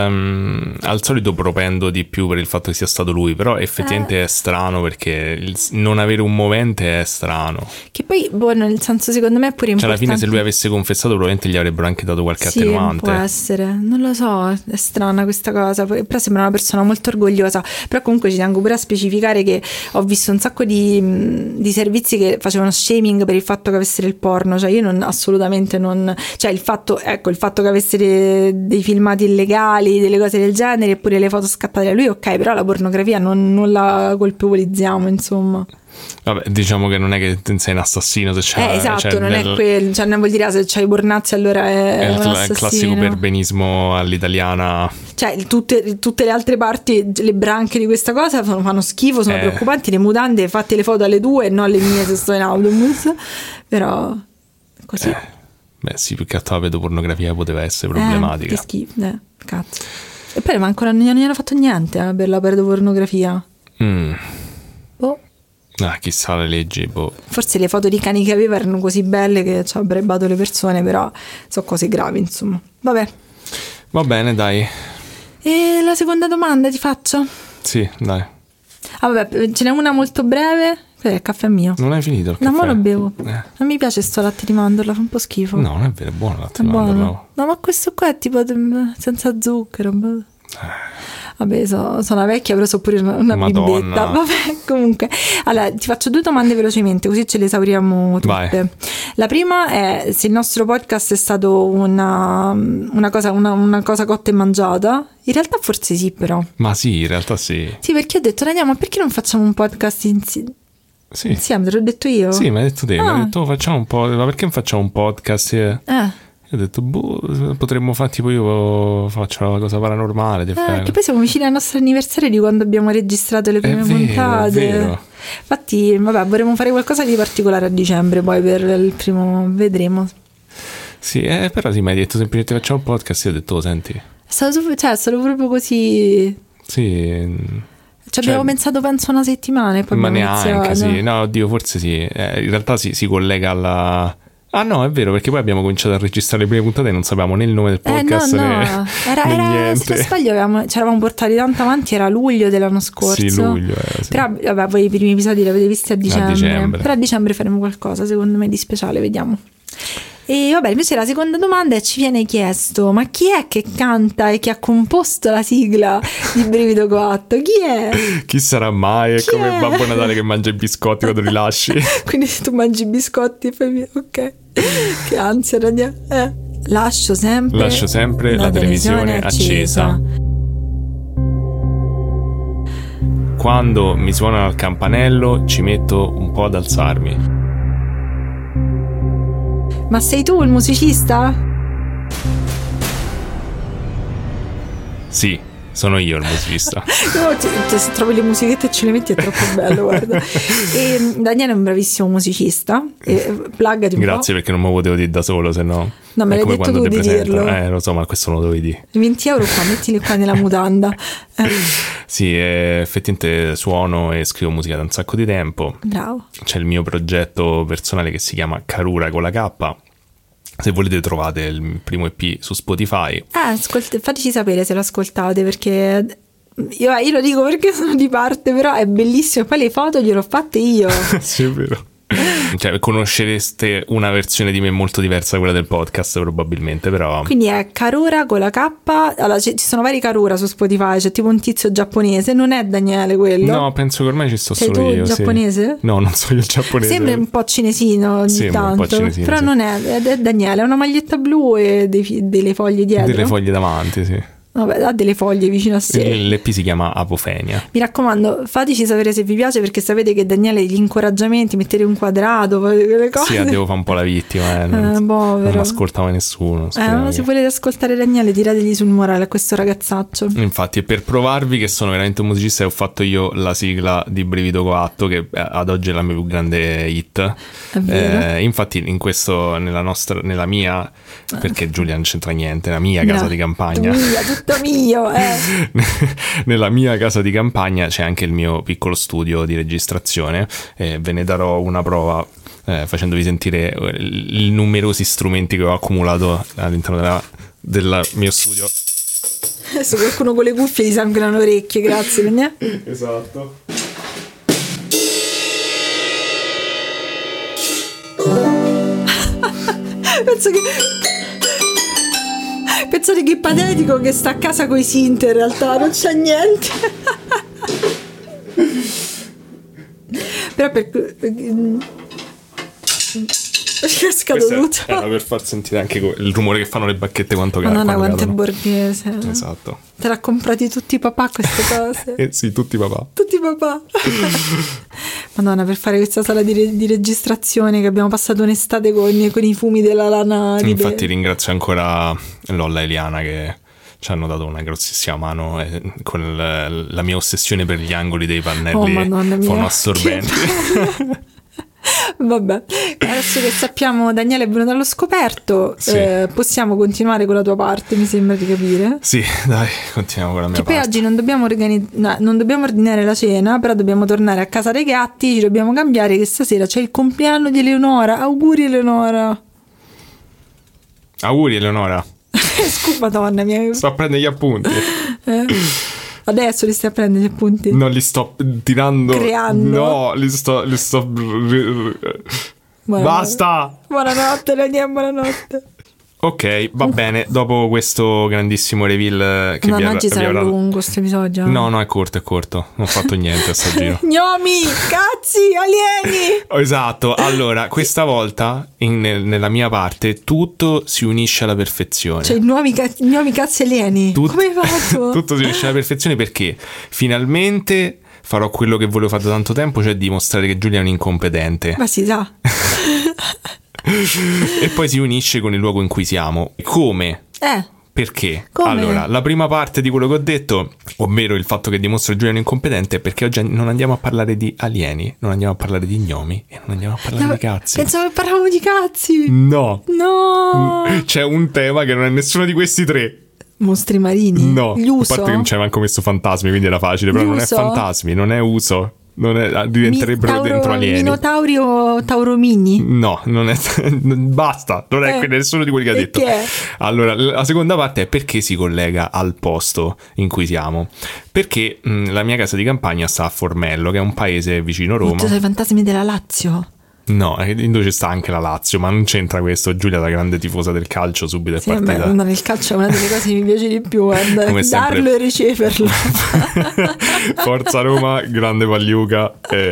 al solito propendo di più per il fatto che sia stato lui, però effettivamente è strano, perché non avere un movente è strano. Che poi, nel senso, secondo me è pure importante. Cioè, alla fine se lui avesse confessato probabilmente gli avrebbero anche dato qualche attenuante. Può essere, non lo so, è strana questa cosa, però sembra una persona molto orgogliosa. Però comunque ci tengo pure a specificare che ho visto un sacco di servizi che facevano shaming per il fatto che avesse il porno, cioè io assolutamente non, cioè il fatto che avesse dei filmati illegali, delle cose del genere, eppure le foto scattate da lui, ok, però la pornografia non la colpevolizziamo, insomma. Vabbè, diciamo che non è che sei un assassino se c'è... esatto, non è quello, cioè non vuol dire se c'hai i pornazzi allora è un assassino. Il classico perbenismo all'italiana. Cioè tutte le altre parti, le branche di questa cosa fanno schifo, sono preoccupanti, le mutande fatte le foto alle 2 e non alle mie se sto in autobus, però così. Beh sì, più che altro la pedopornografia poteva essere problematica. Che schifo, cazzo. E poi ma ancora non gli hanno fatto niente per la pedopornografia. Chissà le leggi, Forse le foto di cani che aveva erano così belle che ci avrebbero le persone, però sono cose gravi, insomma. Vabbè. Va bene, dai. E la seconda domanda ti faccio? Sì, dai. Vabbè, ce n'è una molto breve. Il caffè mio. Non hai finito il caffè? No, ma lo bevo. Non mi piace sto latte di mandorla, fa un po' schifo. No, non è vero, è buono il latte di mandorla. No, ma questo qua è tipo senza zucchero. Vabbè, sono una vecchia, però so pure una bimbetta. Vabbè, comunque. Allora, ti faccio 2 domande velocemente, così ce le esauriamo tutte. Vai. La prima è se il nostro podcast è stato una cosa cotta e mangiata. In realtà forse sì, però. Ma sì, in realtà sì. Sì, perché ho detto, Nadia, ma perché non facciamo un podcast insieme? Sì. Insieme, te l'ho detto io? Sì, mi hai detto te, mi hai detto facciamo un po', ma perché non facciamo un podcast? Io ho detto, potremmo fare, tipo io faccio una cosa paranormale. Che poi siamo vicini al nostro anniversario di quando abbiamo registrato le prime puntate. È vero. Infatti, vabbè, vorremmo fare qualcosa di particolare a dicembre, poi per il primo, vedremo. Sì, però sì, mi hai detto semplicemente facciamo un podcast, io ho detto, senti. È stato proprio così. Sì. Ci abbiamo pensato penso una settimana e poi ma abbiamo neanche, iniziato. sì. No, oddio, forse sì. In realtà si collega alla... Ah no, è vero, perché poi abbiamo cominciato a registrare le prime puntate e non sapevamo né il nome del podcast no. né niente. Se non sbaglio ci eravamo portati tanto avanti, era luglio dell'anno scorso. Sì, luglio sì. Però vabbè, voi i primi episodi li avete visti a dicembre. Però a dicembre faremo qualcosa, secondo me, di speciale, vediamo. E vabbè, invece la seconda domanda ci viene chiesto: ma chi è che canta e che ha composto la sigla di Brivido Coatto? Chi è? Chi sarà mai? È come Babbo Natale che mangia i biscotti quando li lasci. Quindi se tu mangi i biscotti fai via, ok. Che ansia, Lascio sempre la televisione accesa. Quando mi suonano al campanello ci metto un po' ad alzarmi. Ma sei tu il musicista? Sì, sono io il musicista. No, se trovi le musichette e ce le metti è troppo bello, guarda. E Daniele è un bravissimo musicista. Plaggati un Grazie, perché non me lo potevo dire da solo, se no... No, me l'hai detto tu di dirlo. Lo so, ma questo non lo dovevi dire. 20 euro qua, mettili qua nella mutanda. Sì, effettivamente suono e scrivo musica da un sacco di tempo. Bravo. C'è il mio progetto personale che si chiama Karura con la K. Se volete trovate il primo EP su Spotify. Fateci sapere se lo ascoltate, perché io lo dico perché sono di parte, però è bellissimo. E poi le foto gliel'ho fatte io. Sì, è vero. Cioè, conoscereste una versione di me molto diversa da quella del podcast probabilmente, però... Quindi è Karura con la K. Allora, ci sono vari Karura su Spotify, c'è tipo un tizio giapponese. Non è Daniele quello? No, penso che ormai ci sto Sei solo tu io. Sei tu giapponese? Sì. No, non so io il giapponese. Sembra un po' cinesino ogni Sembra tanto, un po' cinesino, però sì. non è Daniele, ha una maglietta blu e delle foglie dietro. Delle foglie davanti, sì. Vabbè, ha delle foglie vicino a sé. L'EP si chiama Apofenia. Mi raccomando, fateci sapere se vi piace, perché sapete che Daniele gli incoraggiamenti, mettere un quadrato, quelle cose. Sì, devo fare un po' la vittima, non mi ascoltava nessuno. Se volete ascoltare Daniele, tirategli sul morale a questo ragazzaccio. Infatti, per provarvi che sono veramente un musicista, ho fatto io la sigla di Brivido Coatto, che ad oggi è la mia più grande hit. Infatti in questo, nella mia, perché Giulia non c'entra niente, la mia casa di campagna, tutto mio, nella mia casa di campagna c'è anche il mio piccolo studio di registrazione, ve ne darò una prova facendovi sentire i numerosi strumenti che ho accumulato all'interno del mio studio. Adesso qualcuno con le cuffie gli sanguinano le orecchie, grazie. Esatto. Pensate che patetico che sta a casa coi synth, in realtà non c'è niente. Però è scaduto. Era per far sentire anche il rumore che fanno le bacchette quanto cadono. Madonna, quanto è borghese. Esatto. Te l'ha comprati tutti papà queste cose? Sì, tutti papà. Tutti papà. Madonna, per fare questa sala di registrazione che abbiamo passato un'estate con i fumi della lana. Infatti ringrazio ancora Lolla e Eliana che ci hanno dato una grossissima mano con la mia ossessione per gli angoli dei pannelli fonoassorbenti. Vabbè, adesso che sappiamo Daniele è venuto allo scoperto, sì. Possiamo continuare con la tua parte, mi sembra di capire. Sì, dai, continuiamo con la mia parte. Poi oggi non dobbiamo ordinare la cena, però dobbiamo tornare a casa dei gatti, ci dobbiamo cambiare, che stasera c'è il compleanno di Eleonora. Auguri Eleonora. Auguri Eleonora. Scusa, Madonna mia. Sto a prendere gli appunti. Adesso li stai a prendere gli appunti? Non li sto tirando. Creando? No, li sto... Basta! Buonanotte, Daniele, buonanotte. Ok, va bene. Dopo questo grandissimo reveal che oggi sarà lungo questo episodio. No, è corto. Non ho fatto niente a sto giro. Gnomi, cazzi, alieni. Esatto. Allora, questa volta nella mia parte tutto si unisce alla perfezione. Cioè, gnomi cazzi alieni. Come hai fatto? Tutto si unisce alla perfezione perché finalmente farò quello che volevo fare da tanto tempo, cioè dimostrare che Giulia è un incompetente. Ma si sa. E poi si unisce con il luogo in cui siamo. Come? Perché? Come? Allora, la prima parte di quello che ho detto, ovvero il fatto che dimostra Giulia un incompetente, è perché oggi non andiamo a parlare di alieni, non andiamo a parlare di gnomi e non andiamo a parlare di cazzi. Pensavo che parlavamo di cazzi. No. C'è un tema che non è nessuno di questi tre. Mostri marini? No, Gli uso? a parte che non c'è manco messo fantasmi, quindi era facile, però non è fantasmi, non è uso. Non è, diventerebbero dentro alieni. Minotauri o Tauromini? No, non è. Basta, non è nessuno di quelli che ha detto. Allora, la seconda parte è perché si collega al posto in cui siamo. Perché la mia casa di campagna sta a Formello, che è un paese vicino Roma. Tu sei i fantasmi della Lazio? No, in dove c'è anche la Lazio, ma non c'entra questo. Giulia, da grande tifosa del calcio, subito è partita. Beh, nel calcio è una delle cose che mi piace di più, darlo sempre... e riceverlo. Forza Roma, grande Pagliuca.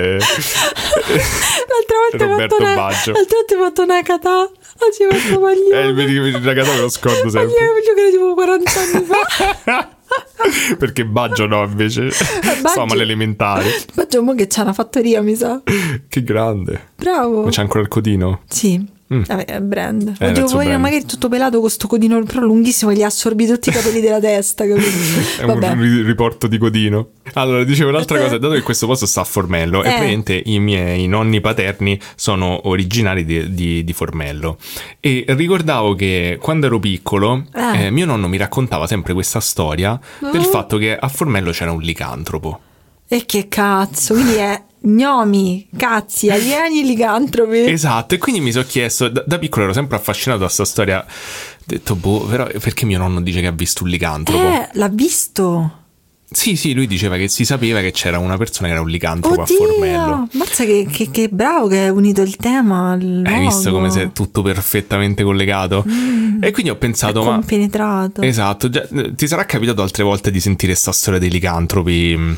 L'altra volta Roberto Baggio. L'altra volta ho fatto una catà. Oggi ho fatto Pagliuca. Il ragazzo me lo scordo sempre. Pagliuca era tipo 40 anni fa. Perché Baggio no, invece stavamo alle elementari. Baggio mo che c'ha una fattoria, mi sa. Che grande. Bravo. Ma c'è ancora il codino? Sì. Vabbè, è brand. Devo vedere magari tutto pelato con sto codino però lunghissimo che gli assorbi tutti i capelli della testa, capito? È un riporto di codino. Allora, dicevo un'altra cosa, dato che questo posto sta a Formello e praticamente i miei nonni paterni sono originari di Formello, e ricordavo che quando ero piccolo mio nonno mi raccontava sempre questa storia del fatto che a Formello c'era un licantropo. E che cazzo, quindi è gnomi, cazzi, alieni e licantropi. Esatto, e quindi mi sono chiesto, da piccolo ero sempre affascinato da questa storia, ho detto però perché mio nonno dice che ha visto un licantropo? L'ha visto? Sì, lui diceva che si sapeva che c'era una persona che era un licantropo a Formello. Mazza che bravo che hai unito il tema al Hai visto come sei tutto perfettamente collegato? E quindi ho pensato, ma compenetrato. Esatto, ti sarà capitato altre volte di sentire sta storia dei licantropi?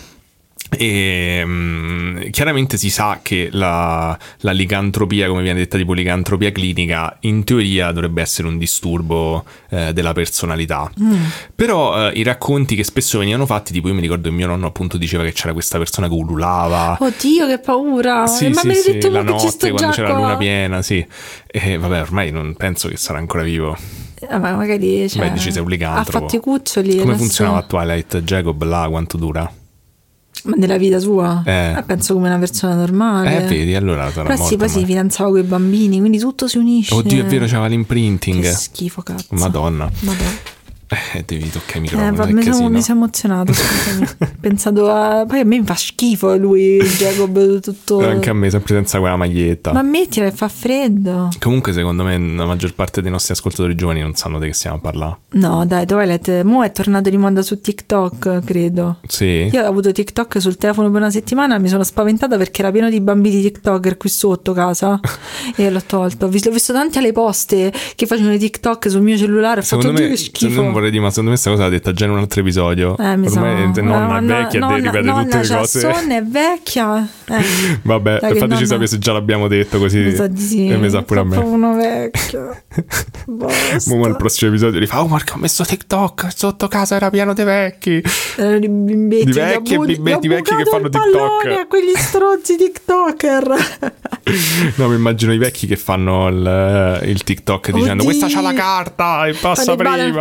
E chiaramente si sa che la licantropia, come viene detta, tipo licantropia clinica, in teoria dovrebbe essere un disturbo della personalità. Però i racconti che spesso venivano fatti, tipo io mi ricordo che mio nonno appunto diceva che c'era questa persona che ululava. Oddio, che paura. Sì, ma me l'hai detto la notte quando c'era la luna qua. piena, sì. E vabbè, ormai non penso che sarà ancora vivo. Ma magari dici sei un licantropo. Ha fatto i cuccioli. Come funzionava Twilight Jacob là? Quanto dura? Ma nella vita sua? Penso come una persona normale. Vedi, allora sarà morto. Sì, poi si fidanzava con i bambini, quindi tutto si unisce. Oddio, è vero, c'aveva l'imprinting. Che schifo, cazzo. Madonna. Devi toccare i microfoni. Mi sono emozionato, scusami. Pensato a... Poi a me mi fa schifo lui, Jacob, tutto... Anche a me, sempre senza quella maglietta. Ma mettila, fa freddo. Comunque secondo me la maggior parte dei nostri ascoltatori giovani non sanno di che stiamo a parlare. No, dai, Twilight mo è tornato di moda su TikTok, credo. Sì. Io ho avuto TikTok sul telefono per una settimana, mi sono spaventata perché era pieno di bambini TikToker qui sotto casa e l'ho tolto. L'ho visto tanti alle poste che facevano i TikTok sul mio cellulare. Secondo me, che schifo. Non vorrei dire, ma secondo me questa cosa l'ha detta già in un altro episodio. Ormai nonna è vecchia e ripete tutte le cose. Nonna è vecchia. Vabbè, fateci sapere se già l'abbiamo detto, così mi sa di sì. E mi sa pure a me. Uno vecchio. Mo al prossimo episodio rifà: oh, Marco, ho messo TikTok sotto casa, era pieno di vecchi. Erano di bimbetti, di vecchi e bimbetti vecchi che fanno TikTok. A quegli stronzi TikToker. No, mi immagino i vecchi che fanno il TikTok dicendo: questa c'ha la carta e passa prima.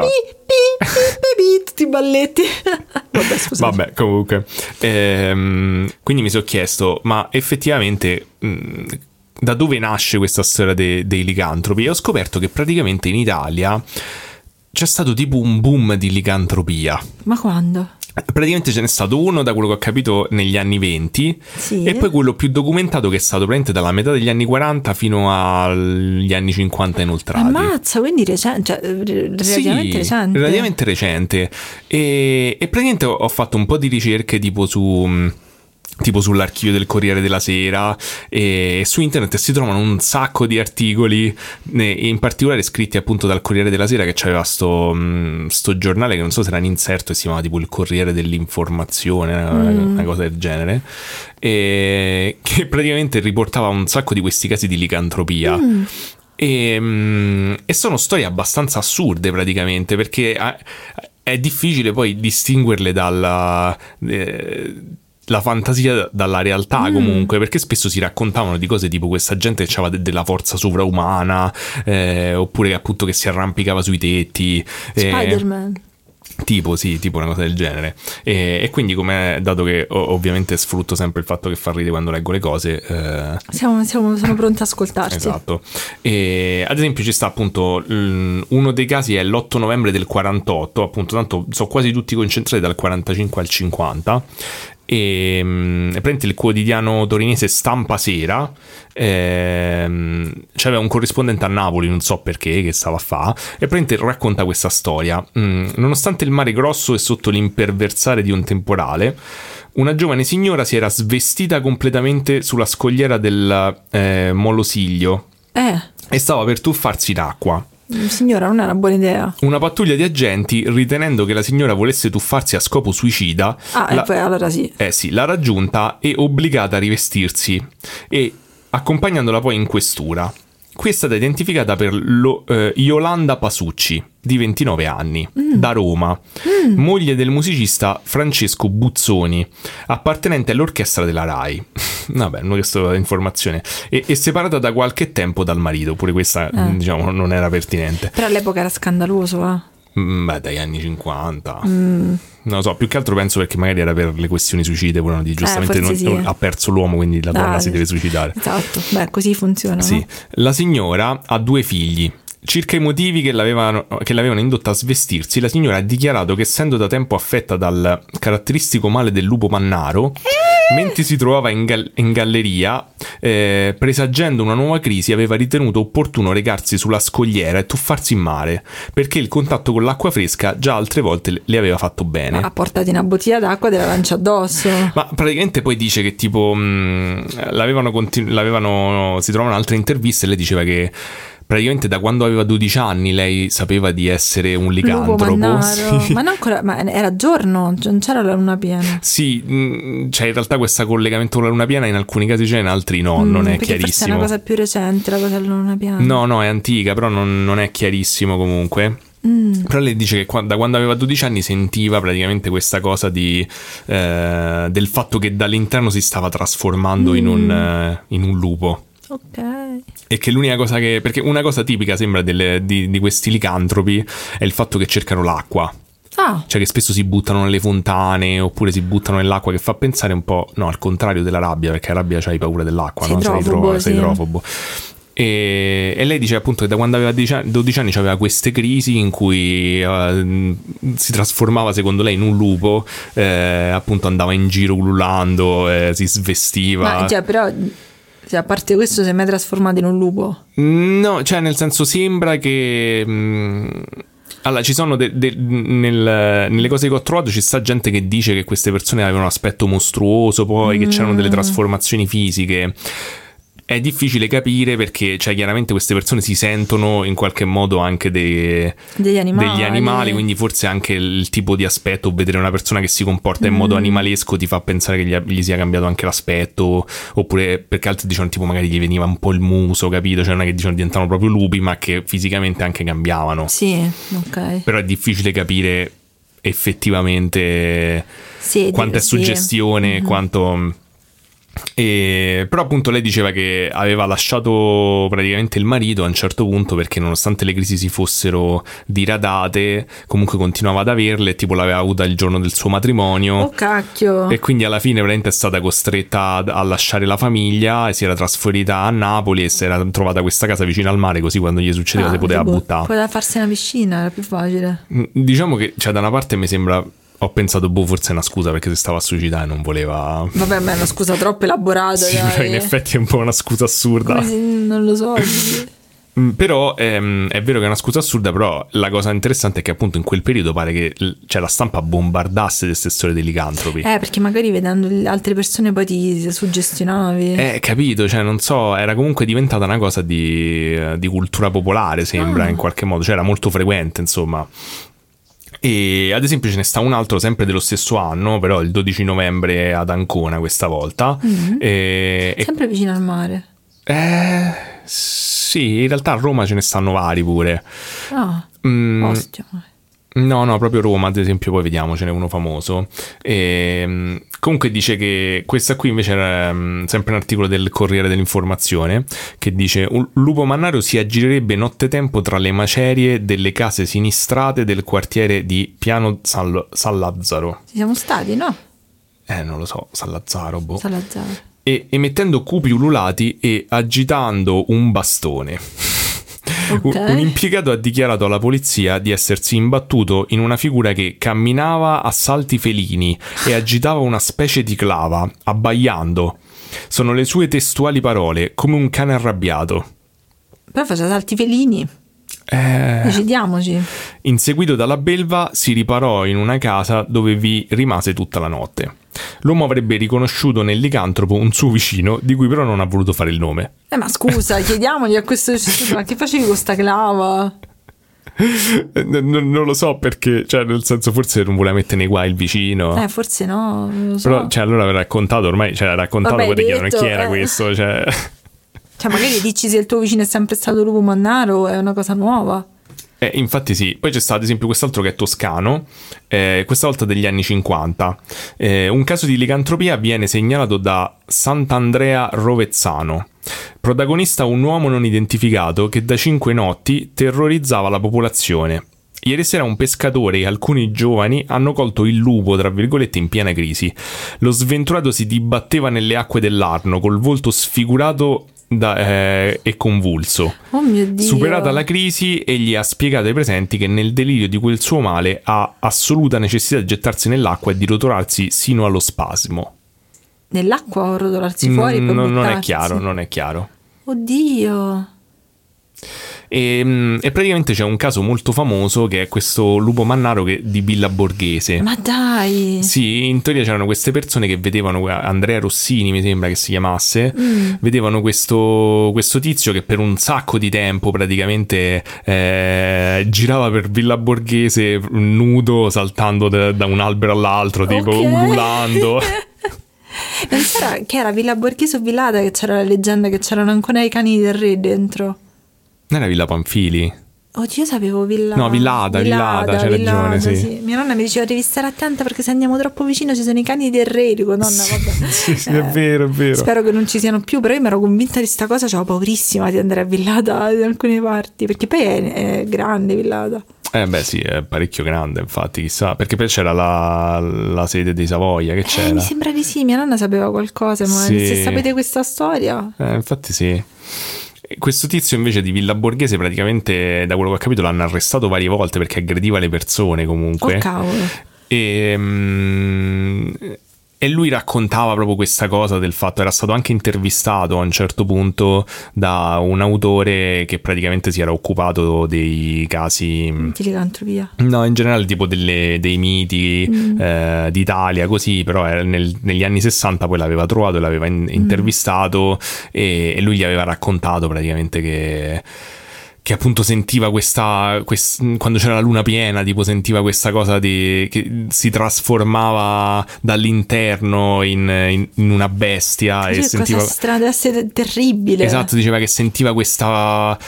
Tutti i balletti. Vabbè, scusate. Vabbè, comunque quindi mi sono chiesto, ma effettivamente da dove nasce questa storia dei licantropi? E ho scoperto che praticamente in Italia c'è stato tipo un boom di licantropia. Ma quando? Praticamente ce n'è stato uno, da quello che ho capito, negli anni 20, sì. E poi quello più documentato che è stato praticamente dalla metà degli anni 40 fino agli anni 50 inoltrati. Ammazza, quindi recente, relativamente recente. Relativamente recente. E praticamente ho fatto un po' di ricerche tipo sull'archivio del Corriere della Sera e su internet si trovano un sacco di articoli, in particolare scritti appunto dal Corriere della Sera, che c'aveva sto giornale che non so se era in inserto e si chiamava tipo il Corriere dell'Informazione, una cosa del genere, e che praticamente riportava un sacco di questi casi di licantropia. E sono storie abbastanza assurde praticamente, perché è difficile poi distinguerle la fantasia dalla realtà comunque, perché spesso si raccontavano di cose tipo questa gente che aveva della forza sovraumana, oppure appunto che si arrampicava sui tetti. Spider-Man. Tipo una cosa del genere, e quindi dato che ovviamente sfrutto sempre il fatto che fa ridere quando leggo le cose, sono pronta a ascoltarti. Esatto. E ad esempio ci sta appunto uno dei casi è l'8 novembre del 48, appunto, tanto sono quasi tutti concentrati dal 45 al 50, e praticamente il quotidiano torinese Stampa Sera c'aveva un corrispondente a Napoli, non so perché, che stava a fa, e praticamente racconta questa storia. Nonostante il mare grosso e sotto l'imperversare di un temporale, una giovane signora si era svestita completamente sulla scogliera del Molosiglio e stava per tuffarsi in acqua. Signora, non è una buona idea. Una pattuglia di agenti, ritenendo che la signora volesse tuffarsi a scopo suicida, poi allora sì. Sì, l'ha raggiunta e obbligata a rivestirsi, e accompagnandola poi in questura. Qui è stata identificata per Yolanda Pasucci, di 29 anni, da Roma, moglie del musicista Francesco Buzzoni, appartenente all'orchestra della Rai. Vabbè, questa informazione. E separata da qualche tempo dal marito, pure questa diciamo non era pertinente. Però all'epoca era scandaloso, Beh, dagli anni 50. Non lo so, più che altro penso perché magari era per le questioni suicide, giustamente ha perso l'uomo, quindi la donna si deve suicidare. Esatto, così funziona. Sì, la signora ha 2 figli. Circa i motivi che l'avevano indotta a svestirsi, la signora ha dichiarato che, essendo da tempo affetta dal caratteristico male del lupo mannaro, mentre si trovava in galleria, presagendo una nuova crisi, aveva ritenuto opportuno recarsi sulla scogliera e tuffarsi in mare, perché il contatto con l'acqua fresca già altre volte le aveva fatto bene. Ha portato una bottiglia d'acqua e te la lancia addosso. Ma praticamente poi dice che tipo si trovano altre interviste e lei diceva che praticamente da quando aveva 12 anni lei sapeva di essere un licantropo. Sì. Ma era giorno, non c'era la luna piena. Sì, c'è in realtà questo collegamento con la luna piena, in alcuni casi c'è, in altri no, non è chiarissimo. Forse è una cosa più recente la cosa della luna piena. No, è antica, però non è chiarissimo comunque. Però lei dice che da quando aveva 12 anni sentiva praticamente questa cosa del fatto che dall'interno si stava trasformando in un lupo. Ok. E che l'unica cosa perché una cosa tipica sembra di questi licantropi è il fatto che cercano l'acqua. Cioè che spesso si buttano nelle fontane oppure si buttano nell'acqua, che fa pensare un po', no, al contrario della rabbia, perché la rabbia c'hai paura dell'acqua, no? Sei idrofobo. E lei dice appunto che da quando aveva 12 anni aveva queste crisi in cui si trasformava, secondo lei, in un lupo, appunto andava in giro ululando, si svestiva. Ma però... a parte questo, si è mai trasformato in un lupo? No, cioè nel senso sembra che... allora, ci sono nelle cose che ho trovato ci sta gente che dice che queste persone avevano un aspetto mostruoso, poi che c'erano delle trasformazioni fisiche. È difficile capire perché, cioè, chiaramente queste persone si sentono in qualche modo anche degli animali, quindi forse anche il tipo di aspetto, vedere una persona che si comporta in modo animalesco ti fa pensare che gli sia cambiato anche l'aspetto, oppure perché altri dicono tipo magari gli veniva un po' il muso, capito? Cioè non è che dicono diventavano proprio lupi, ma che fisicamente anche cambiavano. Sì, ok. Però è difficile capire effettivamente quanto è suggestione, quanto... però appunto lei diceva che aveva lasciato praticamente il marito a un certo punto perché, nonostante le crisi si fossero diradate, comunque continuava ad averle, tipo l'aveva avuta il giorno del suo matrimonio. Oh cacchio. E quindi alla fine veramente è stata costretta a lasciare la famiglia e si era trasferita a Napoli e si era trovata questa casa vicino al mare, così quando gli succedeva si poteva buttare. Poteva farsi una piscina, era più facile. Diciamo che, cioè, da una parte mi sembra... Ho pensato, forse è una scusa perché si stava a suicidare e non voleva... Vabbè, ma è una scusa troppo elaborata. Sì, però in effetti è un po' una scusa assurda. Non lo so. Però è vero che è una scusa assurda, però la cosa interessante è che appunto in quel periodo pare che la stampa bombardasse queste storie dei licantropi. Perché magari vedendo altre persone poi ti suggestionavi. Capito, cioè non so, era comunque diventata una cosa di cultura popolare, sembra, in qualche modo, cioè era molto frequente, insomma. E ad esempio ce ne sta un altro sempre dello stesso anno, però il 12 novembre ad Ancona questa volta. Sempre vicino al mare. Sì, in realtà a Roma ce ne stanno vari pure. Ostia. No, proprio Roma, ad esempio, poi vediamo, ce n'è uno famoso. Comunque dice che questa qui invece era sempre un articolo del Corriere dell'Informazione che dice: un lupo mannaro si aggirerebbe nottetempo tra le macerie delle case sinistrate del quartiere di Piano San Lazzaro. Ci siamo stati, no? Non lo so, San Lazzaro, boh. San Lazzaro. E emettendo cupi ululati e agitando un bastone. Okay. Un impiegato ha dichiarato alla polizia di essersi imbattuto in una figura che camminava a salti felini e agitava una specie di clava, abbaiando. Sono le sue testuali parole, come un cane arrabbiato. Però faceva salti felini. Decidiamoci. Inseguito dalla belva, si riparò in una casa dove vi rimase tutta la notte. L'uomo avrebbe riconosciuto nel licantropo un suo vicino, di cui però non ha voluto fare il nome. Ma scusa, chiediamogli a questo, ma che facevi con sta clava? Non lo so perché, cioè nel senso forse non voleva mettere nei guai il vicino. Forse no, non lo so. Però cioè allora aveva raccontato, ormai cioè ha raccontato, poi ti chiedono chi era questo, cioè magari dici se il tuo vicino è sempre stato lupo mannaro, è una cosa nuova. Infatti sì, poi c'è stato ad esempio quest'altro che è toscano, questa volta degli anni 50. Un caso di licantropia viene segnalato da Sant'Andrea Rovezzano. Protagonista un uomo non identificato che da 5 notti terrorizzava la popolazione. Ieri sera un pescatore e alcuni giovani hanno colto il lupo, tra virgolette, in piena crisi. Lo sventurato si dibatteva nelle acque dell'Arno col volto sfigurato e convulso. Oh mio Dio. Superata la crisi, egli ha spiegato ai presenti che nel delirio di quel suo male ha assoluta necessità di gettarsi nell'acqua e di rotolarsi sino allo spasimo. Nell'acqua o rotolarsi fuori? Non è chiaro. Oddio. E praticamente c'è un caso molto famoso che è questo lupo mannaro di Villa Borghese. Ma dai! Sì, in teoria c'erano queste persone che vedevano Andrea Rossini, mi sembra che si chiamasse, vedevano questo tizio che per un sacco di tempo praticamente girava per Villa Borghese nudo, saltando da un albero all'altro, tipo ululando. Non c'era che era Villa Borghese o Villada, che c'era la leggenda che c'erano ancora i cani del re dentro? Non era Villa Panfili? Oddio, io sapevo Villada, c'hai ragione, sì. Mia nonna mi diceva devi stare attenta perché se andiamo troppo vicino ci sono i cani del re. Dico nonna, vabbè. sì, è vero. Spero che non ci siano più, però io mi ero convinta di sta cosa, c'avevo paurissima di andare a Villada in alcune parti, perché poi è grande Villada. Beh sì, è parecchio grande, infatti, chissà, perché poi c'era la sede dei Savoia, che c'era? Mi sembra di sì, mia nonna sapeva qualcosa, ma se sapete questa storia... infatti sì. Questo tizio invece di Villa Borghese praticamente, da quello che ho capito, l'hanno arrestato varie volte perché aggrediva le persone comunque. Oh cavolo. E lui raccontava proprio questa cosa del fatto, era stato anche intervistato a un certo punto da un autore che praticamente si era occupato dei casi di licantropia. No, in generale tipo dei miti d'Italia, così, però negli anni 60 poi l'aveva trovato e l'aveva intervistato e lui gli aveva raccontato praticamente che appunto sentiva quando c'era la luna piena, tipo sentiva questa cosa che si trasformava dall'interno in una bestia, e sentiva cosa strana, deve essere terribile. Esatto, diceva che sentiva questa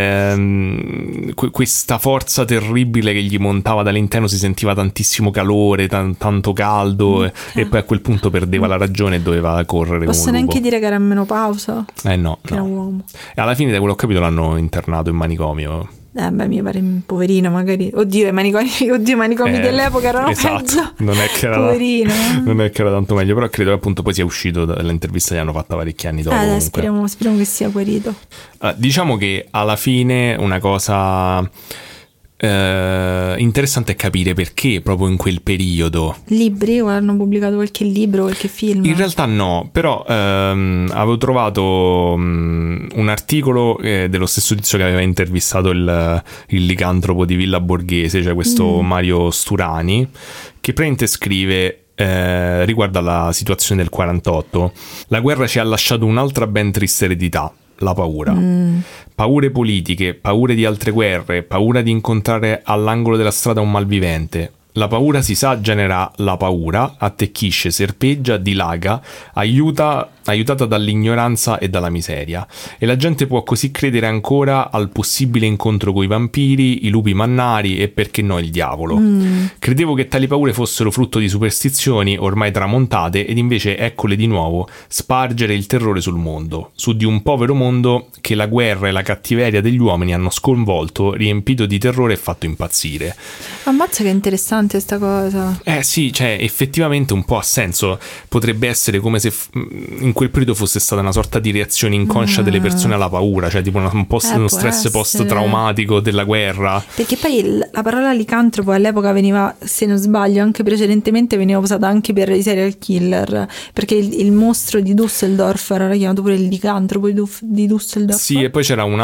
forza terribile che gli montava dall'interno, si sentiva tantissimo calore, tanto caldo e poi a quel punto perdeva la ragione e doveva correre. Posso neanche dire che era in menopausa? No. Era uomo. E alla fine, da quello che ho capito, l'hanno internato in manicomio. Mi pare poverino, magari. Oddio, i manicomi dell'epoca erano peggio. Non è che era poverino. Non è che era tanto meglio, però credo che appunto poi sia uscito dall'intervista che hanno fatta parecchi anni dopo. Speriamo che sia guarito. Diciamo che alla fine una cosa interessante è capire perché proprio in quel periodo. Libri? Hanno pubblicato qualche libro, qualche film? In realtà no, però avevo trovato un articolo dello stesso tizio che aveva intervistato il licantropo di Villa Borghese, cioè questo Mario Sturani, che praticamente scrive riguardo alla situazione del 48: la guerra ci ha lasciato un'altra ben triste eredità, la paura. Paure politiche, paure di altre guerre, paura di incontrare all'angolo della strada un malvivente. La paura, si sa, genera la paura, attecchisce, serpeggia, dilaga, aiuta aiutata dall'ignoranza e dalla miseria, e la gente può così credere ancora al possibile incontro coi vampiri, i lupi mannari e perché no il diavolo. Credevo che tali paure fossero frutto di superstizioni ormai tramontate, ed invece eccole di nuovo spargere il terrore sul mondo, su di un povero mondo che la guerra e la cattiveria degli uomini hanno sconvolto, riempito di terrore e fatto impazzire. Ammazza che interessante sta cosa. Sì, cioè effettivamente un po' ha senso. Potrebbe essere come se in quel periodo fosse stata una sorta di reazione inconscia delle persone alla paura, cioè tipo uno stress post-traumatico della guerra. Perché poi la parola licantropo all'epoca veniva, se non sbaglio, anche precedentemente veniva usata anche per i serial killer, perché il mostro di Dusseldorf era chiamato pure il licantropo di Dusseldorf. Sì, e poi c'era un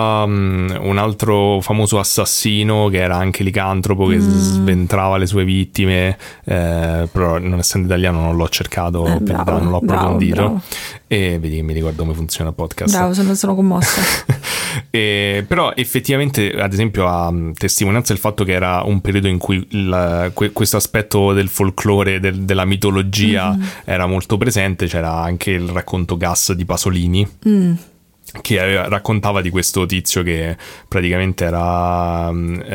altro famoso assassino che era anche licantropo, che sventrava le sue vittime, però non essendo italiano non l'ho cercato, non l'ho approfondito. Bravo. E vedi che mi ricordo come funziona il podcast. Bravo, sono commossa. Però effettivamente, ad esempio, ha testimonianza il fatto che era un periodo in cui questo aspetto del folklore, della mitologia era molto presente. C'era anche il racconto Gas di Pasolini, che raccontava di questo tizio che praticamente era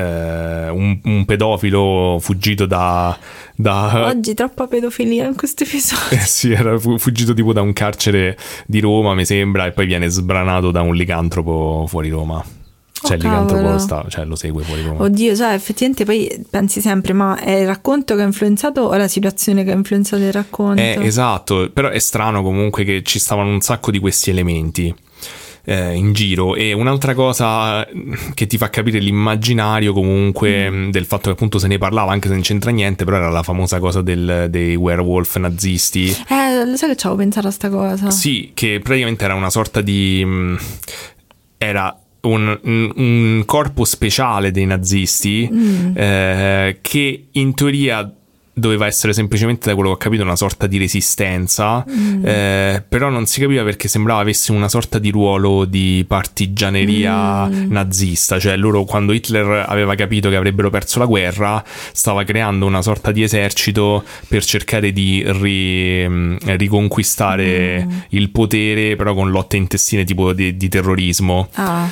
un pedofilo fuggito da... Oggi troppa pedofilia in questo episodio. Sì, era fuggito tipo da un carcere di Roma, mi sembra, e poi viene sbranato da un licantropo fuori Roma. Cioè il licantropo lo segue fuori Roma. Oddio, cioè effettivamente poi pensi sempre, ma è il racconto che ha influenzato o la situazione che ha influenzato il racconto? Esatto, però è strano comunque che ci stavano un sacco di questi elementi in giro. E un'altra cosa che ti fa capire l'immaginario comunque del fatto che appunto se ne parlava, anche se non c'entra niente, però era la famosa cosa dei werewolf nazisti. Lo sai che ci avevo pensato a sta cosa? Sì, che praticamente era una sorta di... era un corpo speciale dei nazisti che in teoria doveva essere semplicemente, da quello che ho capito, una sorta di resistenza, però non si capiva perché sembrava avesse una sorta di ruolo di partigianeria nazista. Cioè loro, quando Hitler aveva capito che avrebbero perso la guerra, stava creando una sorta di esercito per cercare di riconquistare il potere, però con lotte intestine tipo di terrorismo.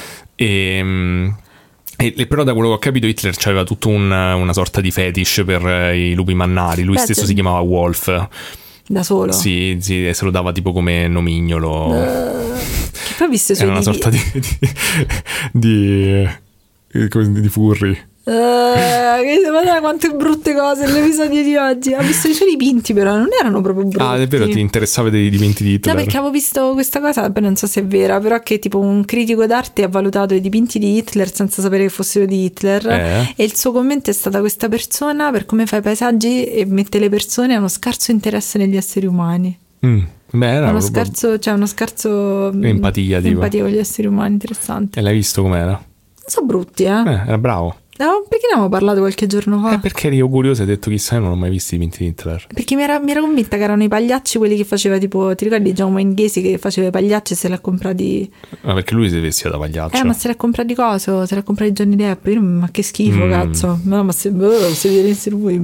E però da quello che ho capito Hitler c'aveva tutto una sorta di fetish per i lupi mannari. Lui stesso si chiamava Wolf. Da solo? Sì, e se lo dava tipo come nomignolo. Che poi visto i suoi era una sorta di furry. Guarda quante brutte cose nell'episodio di oggi. Ho visto i suoi dipinti, però non erano proprio brutti. Ah, è vero, ti interessava dei dipinti di Hitler? No, perché avevo visto questa cosa, non so se è vera, però che tipo un critico d'arte ha valutato i dipinti di Hitler senza sapere che fossero di Hitler, e il suo commento è stata: questa persona, per come fa i paesaggi e mette le persone, ha uno scarso interesse negli esseri umani. Era uno scarso empatia con gli esseri umani. Interessante. E l'hai visto com'era? Non so, brutti, era bravo. No, perché ne avevo parlato qualche giorno fa? Perché eri curioso e hai detto chissà, io non ho mai visto i dipinti di Hitler. Perché mi era convinta che erano i pagliacci quelli che faceva, tipo, ti ricordi Giacomo Inghesi che faceva i pagliacci e se li ha comprati? Ma perché lui si vestiva da pagliaccio. Ma se li ha comprati coso? Se li ha comprati Johnny Depp? Ma che schifo, cazzo. No, ma se vedessi lui,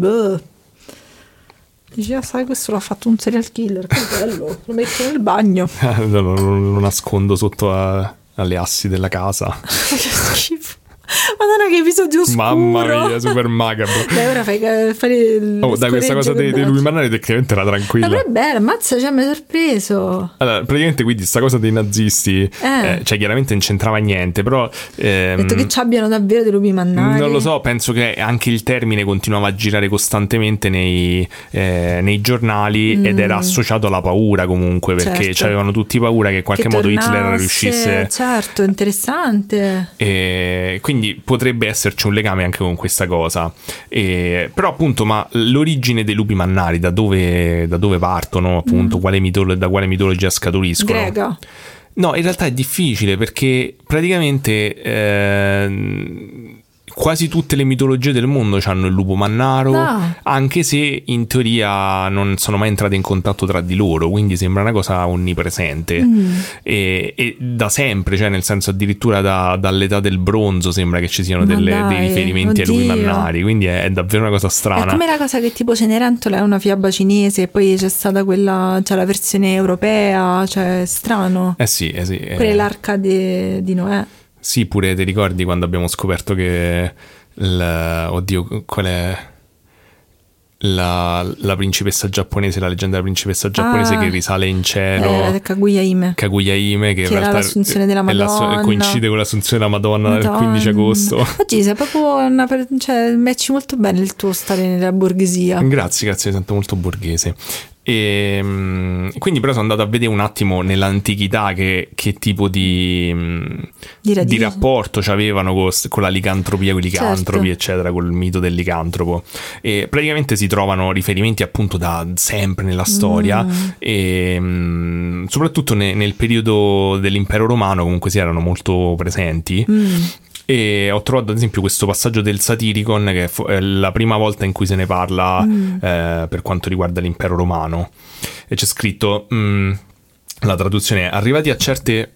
dici, sai, questo l'ha fatto un serial killer, che bello, lo metto nel bagno. Lo nascondo sotto alle assi della casa. Che schifo. Madonna, che episodio oscuro. Mamma mia, super macabro. Dai, ora fai dai, questa cosa dei lupi mannari tecnicamente era tranquilla. Ma è bella, ammazza, mi hai sorpreso. Allora, praticamente quindi sta cosa dei nazisti cioè chiaramente non c'entrava niente, però detto che ci abbiano davvero dei lupi mannari. Non lo so, penso che anche il termine continuava a girare costantemente nei giornali ed era associato alla paura comunque, perché avevano tutti paura che in qualche modo Hitler riuscisse. Certo, interessante. E quindi potrebbe esserci un legame anche con questa cosa, però appunto, ma l'origine dei lupi mannari da dove partono, appunto, da quale mitologia scaturiscono? Greca. No, in realtà è difficile, perché praticamente quasi tutte le mitologie del mondo hanno il lupo mannaro, anche se in teoria non sono mai entrate in contatto tra di loro, quindi sembra una cosa onnipresente. E da sempre, cioè nel senso addirittura dall'età del bronzo sembra che ci siano dei riferimenti ai lupi mannari, quindi è davvero una cosa strana. È come la cosa che tipo Cenerentola è una fiaba cinese e poi c'è stata quella, c'è la versione europea, cioè è strano. Sì. Pure l'arca di Noè. Sì, pure ti ricordi quando abbiamo scoperto che oddio, qual è la principessa giapponese, la leggenda della principessa giapponese che risale in cielo, Kaguya Hime, che in realtà era l'assunzione della Madonna, coincide con l'assunzione della Madonna del 15 agosto. Oggi sei proprio cioè matchi molto bene il tuo stare nella borghesia. Grazie, mi sento molto borghese. E quindi però sono andato a vedere un attimo nell'antichità che tipo di rapporto c'avevano con la licantropia, con i licantropi, eccetera, col mito del licantropo. E praticamente si trovano riferimenti appunto da sempre nella storia, e soprattutto nel periodo dell'impero romano comunque si erano molto presenti. E ho trovato ad esempio questo passaggio del Satiricon, che è la prima volta in cui se ne parla per quanto riguarda l'impero romano, e c'è scritto la traduzione: arrivati a certe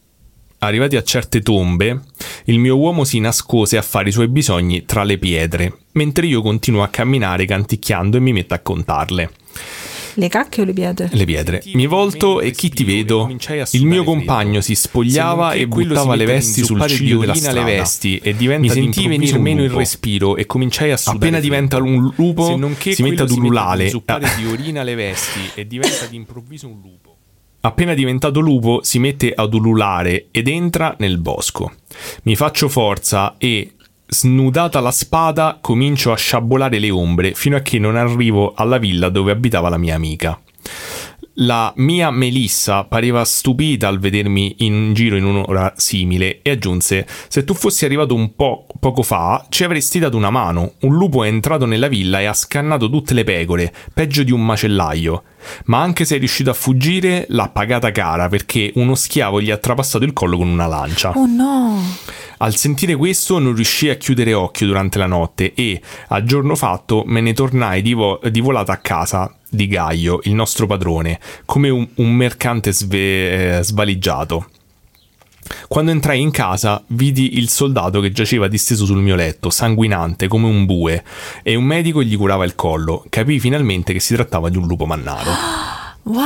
tombe, il mio uomo si nascose a fare i suoi bisogni tra le pietre, mentre io continuo a camminare canticchiando e mi metto a contarle. Le cacche o le pietre? Le pietre. Mi volto e chi ti vedo? Il mio compagno si spogliava e buttava le vesti sul ciglio della strada. Mi sentii venire meno il respiro e cominciai a sudare. Appena diventa un lupo, si mette ad ululare. Di orina le vesti e diventa d'improvviso un lupo. Appena diventato lupo, si mette ad ululare ed entra nel bosco. Mi faccio forza e, snudata la spada, comincio a sciabolare le ombre fino a che non arrivo alla villa dove abitava la mia amica. La mia Melissa pareva stupita al vedermi in giro in un'ora simile e aggiunse: se tu fossi arrivato poco fa ci avresti dato una mano. Un lupo è entrato nella villa e ha scannato tutte le pecore, peggio di un macellaio. Ma anche se è riuscito a fuggire l'ha pagata cara, perché uno schiavo gli ha trapassato il collo con una lancia. Oh no! Al sentire questo non riuscii a chiudere occhio durante la notte e, a giorno fatto, me ne tornai di volata a casa di Gaio, il nostro padrone, come un mercante svaligiato. Quando entrai in casa, vidi il soldato che giaceva disteso sul mio letto, sanguinante come un bue, e un medico gli curava il collo. Capii finalmente che si trattava di un lupo mannaro. Wow!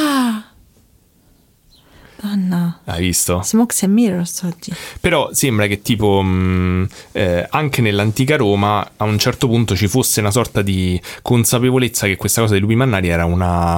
Madonna. Hai visto? Smokes and Mirrors oggi. Però sembra che tipo anche nell'antica Roma a un certo punto ci fosse una sorta di consapevolezza che questa cosa dei lupi mannari era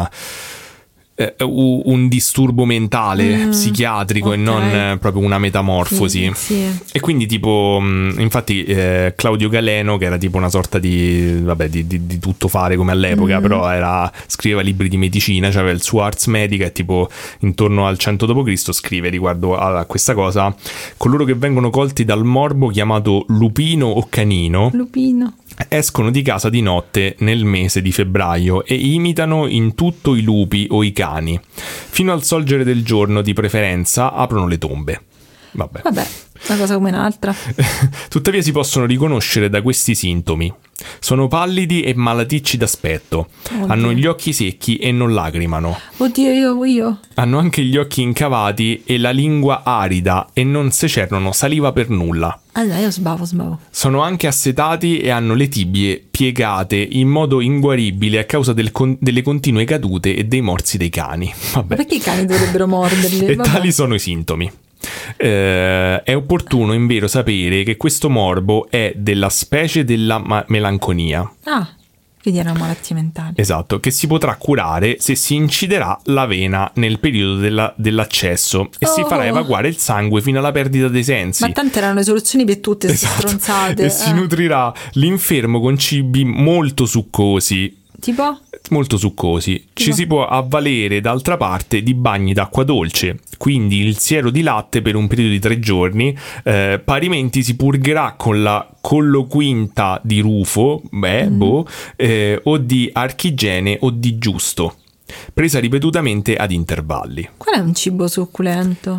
un disturbo mentale, psichiatrico, okay, e non proprio una metamorfosi. Sì. E quindi tipo infatti Claudio Galeno, che era tipo una sorta di tuttofare come all'epoca, però scriveva libri di medicina, cioè aveva il suo Ars Medica, e tipo intorno al 100 d.C. scrive riguardo a questa cosa: coloro che vengono colti dal morbo chiamato lupino o canino escono di casa di notte nel mese di febbraio e imitano in tutto i lupi o i cani. Fino al sorgere del giorno, di preferenza, aprono le tombe. Vabbè, una cosa come un'altra. Tuttavia si possono riconoscere da questi sintomi. Sono pallidi e malaticci d'aspetto. Oddio. Hanno gli occhi secchi e non lacrimano. Oddio, io. Hanno anche gli occhi incavati e la lingua arida e non secernono saliva per nulla. Allora io sbavo. Sono anche assetati e hanno le tibie piegate in modo inguaribile a causa delle continue cadute e dei morsi dei cani. Vabbè. Ma perché i cani dovrebbero morderli? E tali sono i sintomi. È opportuno invero sapere che questo morbo è della specie della melanconia. Quindi è una malattia mentale. Esatto, che si potrà curare se si inciderà la vena nel periodo dell'accesso e si farà evacuare il sangue fino alla perdita dei sensi. Ma tante erano le soluzioni per tutte queste stronzate. E si nutrirà l'infermo con cibi molto succosi. Tipo? Molto succosi. Ci si può avvalere d'altra parte di bagni d'acqua dolce, quindi il siero di latte per un periodo di 3 giorni. Parimenti si purgherà con la colloquinta di Rufo, o di Archigene o di Giusto, presa ripetutamente ad intervalli. Qual è un cibo succulento?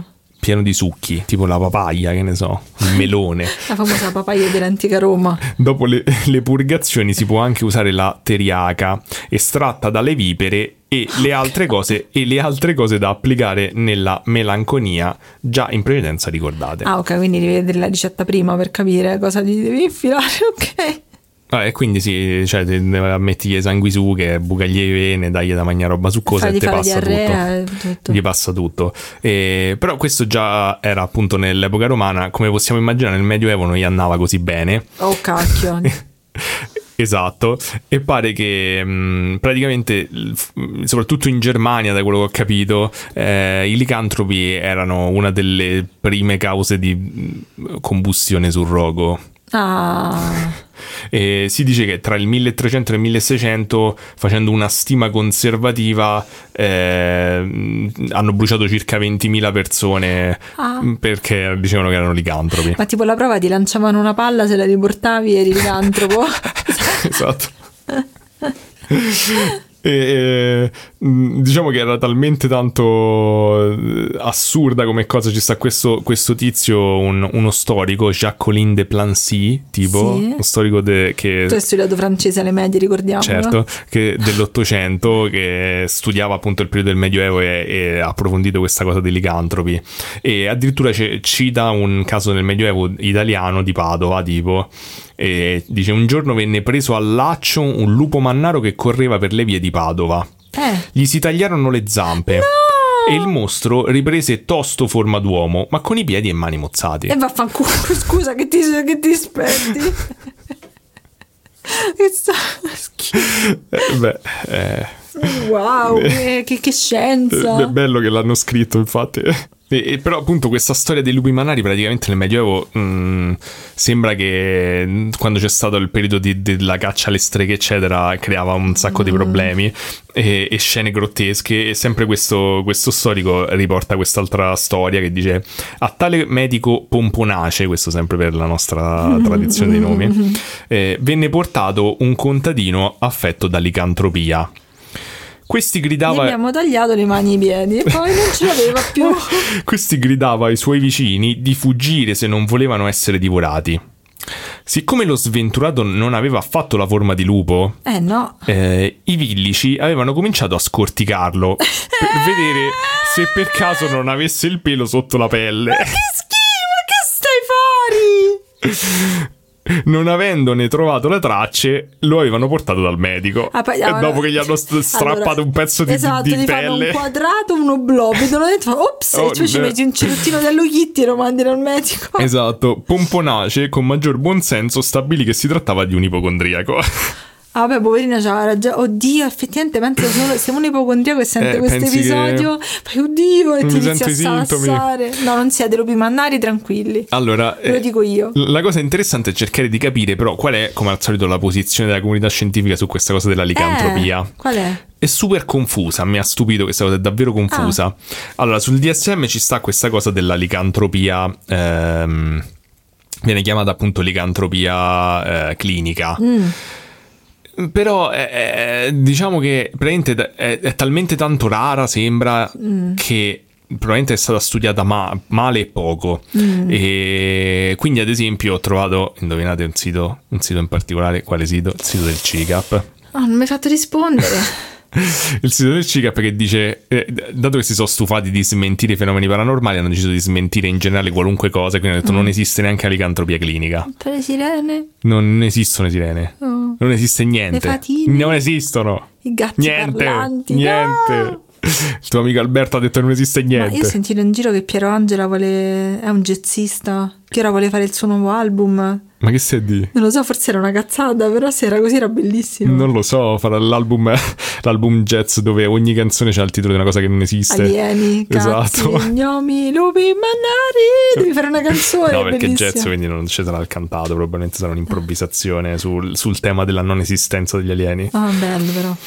pieno di succhi, tipo la papaya, che ne so, il melone. La famosa papaya dell'antica Roma. Dopo le purgazioni si può anche usare la teriaca, estratta dalle vipere, e le altre cose da applicare nella melanconia già in precedenza ricordate. Ah, ok, quindi devi vedere la ricetta prima per capire cosa ti devi infilare, ok. E quindi sì, cioè metti le sanguisughe, bucagli le vene, dagli da mangiare roba succosa e te passa tutto. Gli passa tutto. Però questo già era appunto nell'epoca romana, come possiamo immaginare nel Medioevo non gli andava così bene. Oh cacchio. Esatto, e pare che praticamente, soprattutto in Germania, da quello che ho capito, i licantropi erano una delle prime cause di combustione sul rogo. E si dice che tra il 1300 e il 1600, facendo una stima conservativa, hanno bruciato circa 20.000 persone perché dicevano che erano licantropi. Ma tipo la prova, ti lanciavano una palla, se la riportavi eri licantropo. Esatto. Diciamo che era talmente tanto assurda come cosa. Ci sta questo tizio, uno storico, Jacques-Colin de Plancy, tipo, sì. Uno storico che tu hai studiato francese alle medie, ricordiamo. Certo, che dell'800, che studiava appunto il periodo del Medioevo e ha approfondito questa cosa dei licantropi, e addirittura cita un caso nel Medioevo italiano di Padova, tipo, e dice: un giorno venne preso al laccio un lupo mannaro che correva per le vie di Padova. Gli si tagliarono le zampe. No! E il mostro riprese tosto forma d'uomo, ma con i piedi e mani mozzati. E vaffanculo, scusa che ti aspetti. Che schifo. Wow, che scienza. È bello che l'hanno scritto, infatti. Però appunto questa storia dei lupi mannari praticamente nel Medioevo sembra che quando c'è stato il periodo della caccia alle streghe eccetera creava un sacco di problemi e scene grottesche, e sempre questo storico riporta quest'altra storia che dice: a tale medico Pomponace, questo sempre per la nostra tradizione dei nomi, venne portato un contadino affetto da licantropia. Questi gridava: gli abbiamo tagliato le mani e i piedi e poi non ce l'aveva più. Questi gridava ai suoi vicini di fuggire se non volevano essere divorati. Siccome lo sventurato non aveva affatto la forma di lupo, i villici avevano cominciato a scorticarlo per vedere se per caso non avesse il pelo sotto la pelle. Ma che schifo, che stai fuori! Non avendone trovato le tracce, lo avevano portato dal medico. E dopo che gli hanno strappato un pezzo di pelle, fanno un quadrato, un oblò, vedono dentro, ops, cioè ci metti un cerottino dello Kitty e lo mandi dal medico. Esatto. Pomponace, con maggior buonsenso, stabilì che si trattava di un ipocondriaco. Vabbè, poverina, c'aveva ragione. Oddio, effettivamente penso siamo un ipocondriaco e sente questo episodio, fai oddio, e ti inizia a salassare. No, non siete lupi mannari, tranquilli. Allora, lo dico io. La cosa interessante è cercare di capire però qual è, come al solito, la posizione della comunità scientifica su questa cosa della licantropia. Qual è? È super confusa, mi ha stupito questa cosa, è davvero confusa. Allora, sul DSM ci sta questa cosa della licantropia, viene chiamata appunto licantropia clinica. Però diciamo che praticamente è talmente tanto rara, sembra, che probabilmente è stata studiata male e poco. E quindi ad esempio ho trovato, indovinate un sito in particolare. Quale sito? Il sito del CICAP. Non mi hai fatto rispondere. Il sito del CICAP che dice, dato che si sono stufati di smentire i fenomeni paranormali, hanno deciso di smentire in generale qualunque cosa, quindi hanno detto non esiste neanche la licantropia clinica. Per le sirene? Non esistono le sirene. Non esiste niente. Le fatine? Non esistono. I gatti parlanti? Niente. No! Il tuo amico Alberto ha detto che non esiste niente. Ma io ho sentito in giro che Piero Angela è un jazzista, che ora vuole fare il suo nuovo album. Ma che stai di? Non lo so, forse era una cazzata, però se era così era bellissimo. Non lo so, farà l'album jazz dove ogni canzone c'ha il titolo di una cosa che non esiste. Alieni, esatto. Cazzi, gnomi, lupi, mannari. Devi fare una canzone. No, perché bellissima. Jazz quindi non ci sarà il cantato, probabilmente sarà un'improvvisazione sul tema della non esistenza degli alieni. Ah, bello però.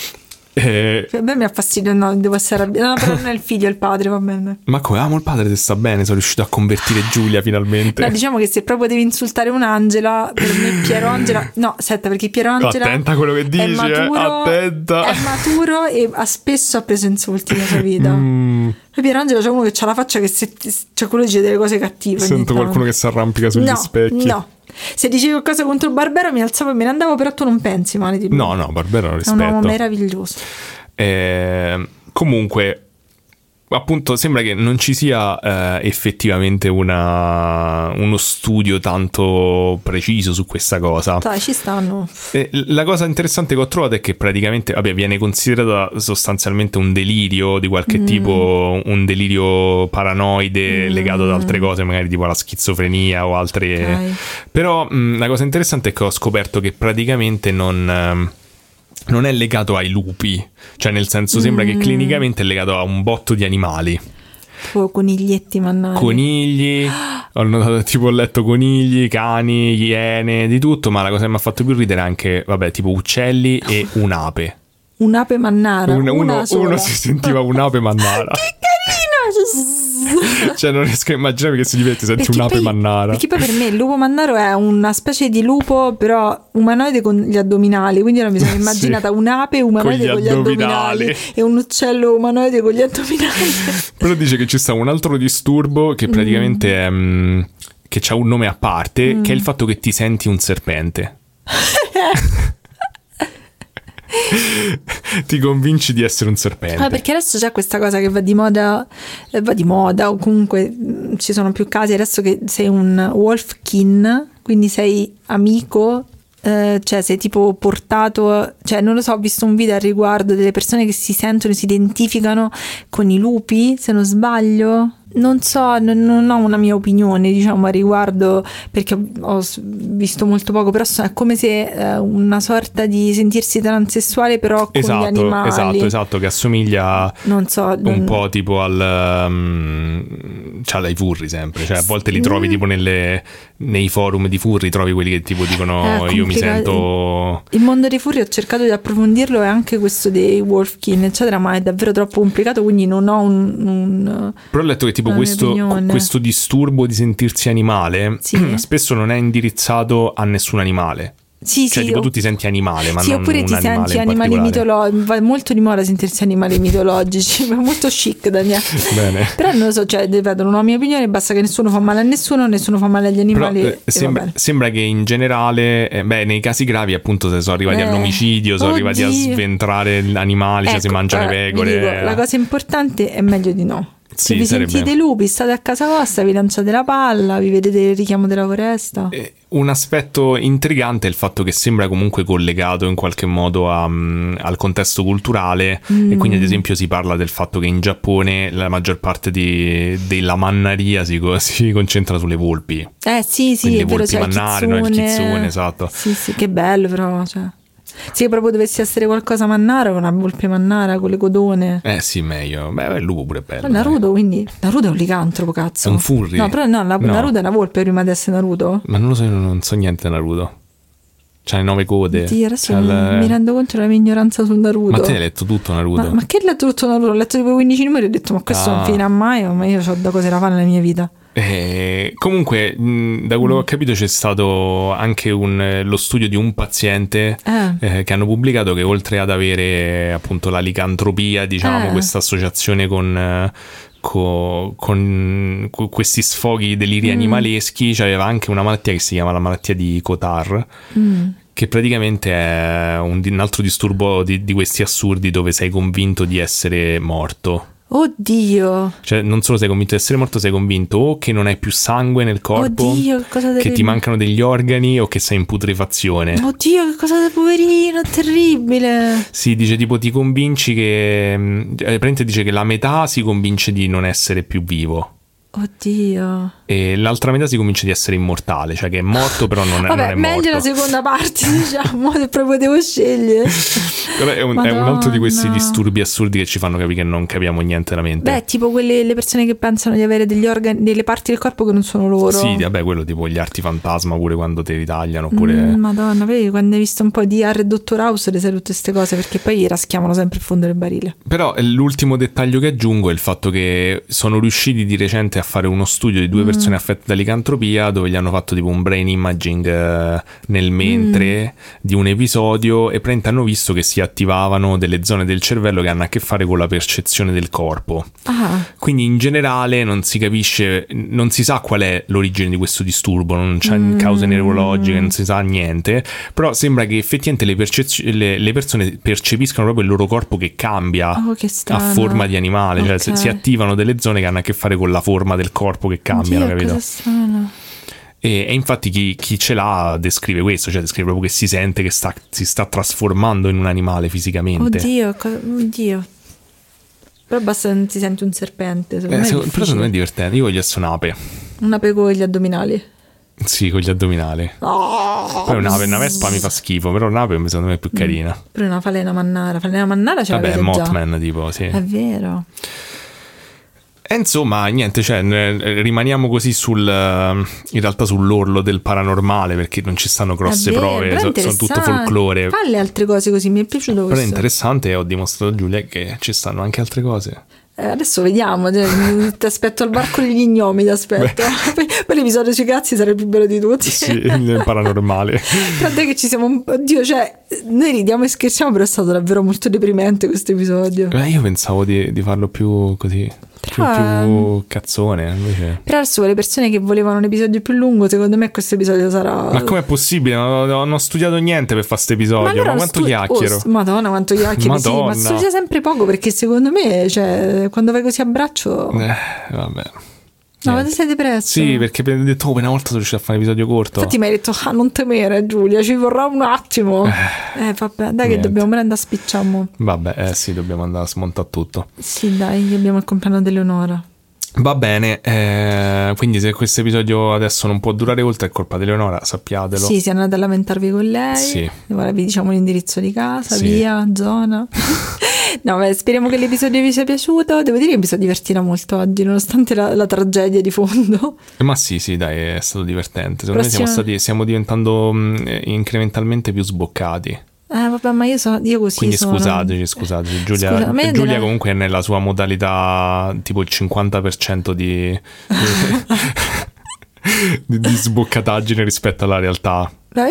A me mi ha fastidio, no, devo essere arrabbiata. No, però non è il figlio, è il padre, va bene. Ma come? Amo il padre, se sta bene, sono riuscito a convertire Giulia finalmente. No, diciamo che se proprio devi insultare un'Angela, per me Piero Angela, no, aspetta, perché Piero Angela attenta a quello che dici, attenta. È maturo e spesso ha preso insulti nella sua vita. Piero Angela c'è uno che c'ha la faccia che c'è quello che dice delle cose cattive. Sento qualcuno che si arrampica sugli specchi. No. Se dicevi qualcosa contro il Barbero mi alzavo e me ne andavo, però tu non pensi male di lui. No, Barbero lo rispetto. È un uomo meraviglioso. Comunque, appunto, sembra che non ci sia effettivamente uno studio tanto preciso su questa cosa. Dai, ci stanno. La cosa interessante che ho trovato è che praticamente, viene considerata sostanzialmente un delirio di qualche tipo, un delirio paranoide legato ad altre cose, magari tipo alla schizofrenia o altre. Okay. Però la cosa interessante è che ho scoperto che praticamente non è legato ai lupi, cioè nel senso sembra che clinicamente è legato a un botto di animali. Tipo coniglietti, mannaggia. Conigli, ho notato, tipo ho letto conigli, cani, iene, di tutto, ma la cosa che mi ha fatto più ridere è anche, tipo uccelli e un'ape. Un'ape mannara, uno si sentiva un'ape mannara. Che carino! Cioè non riesco a immaginare che si diverte, senti un'ape mannara. Perché poi per me il lupo mannaro è una specie di lupo però umanoide con gli addominali, quindi ora mi sono immaginata un'ape umanoide con gli addominali e un uccello umanoide con gli addominali. Però dice che ci sta un altro disturbo che praticamente è che c'ha un nome a parte, che è il fatto che ti senti un serpente. Ti convinci di essere un serpente. Perché adesso c'è questa cosa che va di moda o comunque ci sono più casi adesso che sei un wolfkin, quindi sei amico, cioè sei tipo portato, cioè non lo so, ho visto un video al riguardo delle persone che si identificano con i lupi, se non sbaglio. Non so, non ho una mia opinione, diciamo, a riguardo, perché ho visto molto poco, però è come se una sorta di sentirsi transessuale però con gli animali. Esatto, che assomiglia non so, un po' tipo c'ha dai furri sempre, cioè a volte li trovi tipo nei forum di furri, trovi quelli che tipo dicono io mi sento... Il mondo dei furri ho cercato di approfondirlo e anche questo dei wolfkin eccetera, ma è davvero troppo complicato, quindi non ho Però ho letto che tipo questo disturbo di sentirsi animale spesso non è indirizzato a nessun animale. Cioè tipo tu ti senti animale, ma non oppure ti senti animali mitologici. Va molto di moda sentirsi animali mitologici, va molto chic, Daniele. Bene. Però non lo so, cioè ripeto, non ho la mia opinione, basta che nessuno fa male a nessuno fa male agli animali. Però, sembra che in generale nei casi gravi appunto se sono arrivati all'omicidio, sono arrivati a sventrare animali, cioè si mangiano le pecore. Dico, la cosa importante è meglio di no. Se vi sarebbe... sentite lupi, state a casa vostra, vi lanciate la palla, vi vedete il richiamo della foresta. Un aspetto intrigante è il fatto che sembra comunque collegato in qualche modo al contesto culturale e quindi ad esempio si parla del fatto che in Giappone la maggior parte della mannaria si concentra sulle volpi. Sì, quindi è le volpi vero, mannare, no, il kitsune, esatto. Sì, che bello però, cioè. Se proprio dovessi essere qualcosa mannara, una volpe mannara con le codone. Sì, meglio. Il lupo pure è bello. Naruto, quindi Naruto è un licantropo, cazzo. È un furry. No, però Naruto è una volpe prima di essere Naruto. Ma non lo so, non so niente di Naruto. C'ha le 9 code. Sì, adesso mi rendo conto della mia ignoranza su Naruto. Ma te hai letto tutto Naruto? Ma che hai letto tutto Naruto? Ho letto tipo 15 numeri e ho detto ma questo non finirà mai, ma io ho da cose da fare nella mia vita. Comunque da quello che ho capito c'è stato anche lo studio di un paziente che hanno pubblicato che oltre ad avere appunto la licantropia, diciamo, questa associazione con questi sfoghi deliri animaleschi, c'aveva anche una malattia che si chiama la malattia di Cotard, che praticamente è un altro disturbo di questi assurdi dove sei convinto di essere morto. Oddio. Cioè non solo sei convinto di essere morto, sei convinto o che non hai più sangue nel corpo, oddio, che ti mancano degli organi o che sei in putrefazione. Oddio, che cosa da poverino, terribile. Sì, dice tipo ti convinci che praticamente dice che la metà si convince di non essere più vivo. Oddio. E l'altra metà si comincia di essere immortale, cioè che è morto però non è, vabbè, non è morto. meglio la seconda parte, diciamo, se proprio devo scegliere. Vabbè, è un altro di questi disturbi assurdi che ci fanno capire che non capiamo niente della mente. Beh, tipo le persone che pensano di avere degli organi, delle parti del corpo che non sono loro. Sì, vabbè, quello tipo gli arti fantasma pure quando te li tagliano, oppure... Madonna, vedi, quando hai visto un po' di Harry e Dottor House le sai tutte queste cose, perché poi raschiamano sempre il fondo del barile. Però l'ultimo dettaglio che aggiungo è il fatto che sono riusciti di recente a fare uno studio di 2 persone affette da licantropia, dove gli hanno fatto tipo un brain imaging nel mentre di un episodio, e praticamente hanno visto che si attivavano delle zone del cervello che hanno a che fare con la percezione del corpo. Quindi in generale non si capisce, non si sa qual è l'origine di questo disturbo, non c'è cause neurologiche, non si sa niente, però sembra che effettivamente le persone percepiscano proprio il loro corpo che cambia a forma di animale, cioè si attivano delle zone che hanno a che fare con la forma del corpo che cambiano, capito? E infatti chi ce l'ha descrive questo, cioè descrive proprio che si sente che si sta trasformando in un animale fisicamente. Oddio. Però basta che non si sente un serpente. Però secondo me è divertente. Io voglio essere un'ape. Un'ape con gli addominali? Sì, con gli addominali. Poi una vespa mi fa schifo, però un'ape secondo me è più carina. Però una falena mannara. Falena mannara ce l'avete già. Vabbè, Mothman tipo, sì. È vero. E insomma, niente, cioè rimaniamo così in realtà sull'orlo del paranormale, perché non ci stanno grosse prove, sono tutto folklore. Falle altre cose così, mi è piaciuto questo. Però è interessante, e ho dimostrato a Giulia che ci stanno anche altre cose. Adesso vediamo, ti aspetto al varco degli gnomi, ti aspetto. Poi l'episodio sui cazzi sarà il più bello di tutti. Sì, nel paranormale. Tant'è che ci siamo oddio, cioè noi ridiamo e scherziamo, però è stato davvero molto deprimente questo episodio. Io pensavo di farlo più così, più cazzone invece. Però adesso le persone che volevano un episodio più lungo, secondo me questo episodio sarà... Ma com'è possibile? Non ho studiato niente per fare questo episodio. Ma quanto chiacchiero? Madonna, quanto chiacchiero. Sì, ma studia sempre poco, perché secondo me, cioè, quando vai così a braccio... vabbè. No, ma ti sei depresso? Sì, perché mi hai detto, una volta sono riuscito a fare un episodio corto. Infatti mi hai detto, non temere Giulia, ci vorrà un attimo. Vabbè, dai, che dobbiamo prendere a spicciamo. Vabbè, sì, dobbiamo andare a smontare tutto. Sì, dai, abbiamo il compleanno dell'Eleonora. Va bene, quindi se questo episodio adesso non può durare oltre è colpa di Eleonora, sappiatelo. Sì, se andate a lamentarvi con lei. Sì. Ora vi diciamo l'indirizzo di casa, sì. Via, zona. No, beh, speriamo che l'episodio vi sia piaciuto. Devo dire che mi sono divertita molto oggi, nonostante la tragedia di fondo. Ma sì, dai, è stato divertente. Secondo me stiamo diventando incrementalmente più sboccati. Vabbè, ma io così quindi sono. Scusateci. Giulia comunque è nella sua modalità tipo il 50% di sboccataggine rispetto alla realtà. No,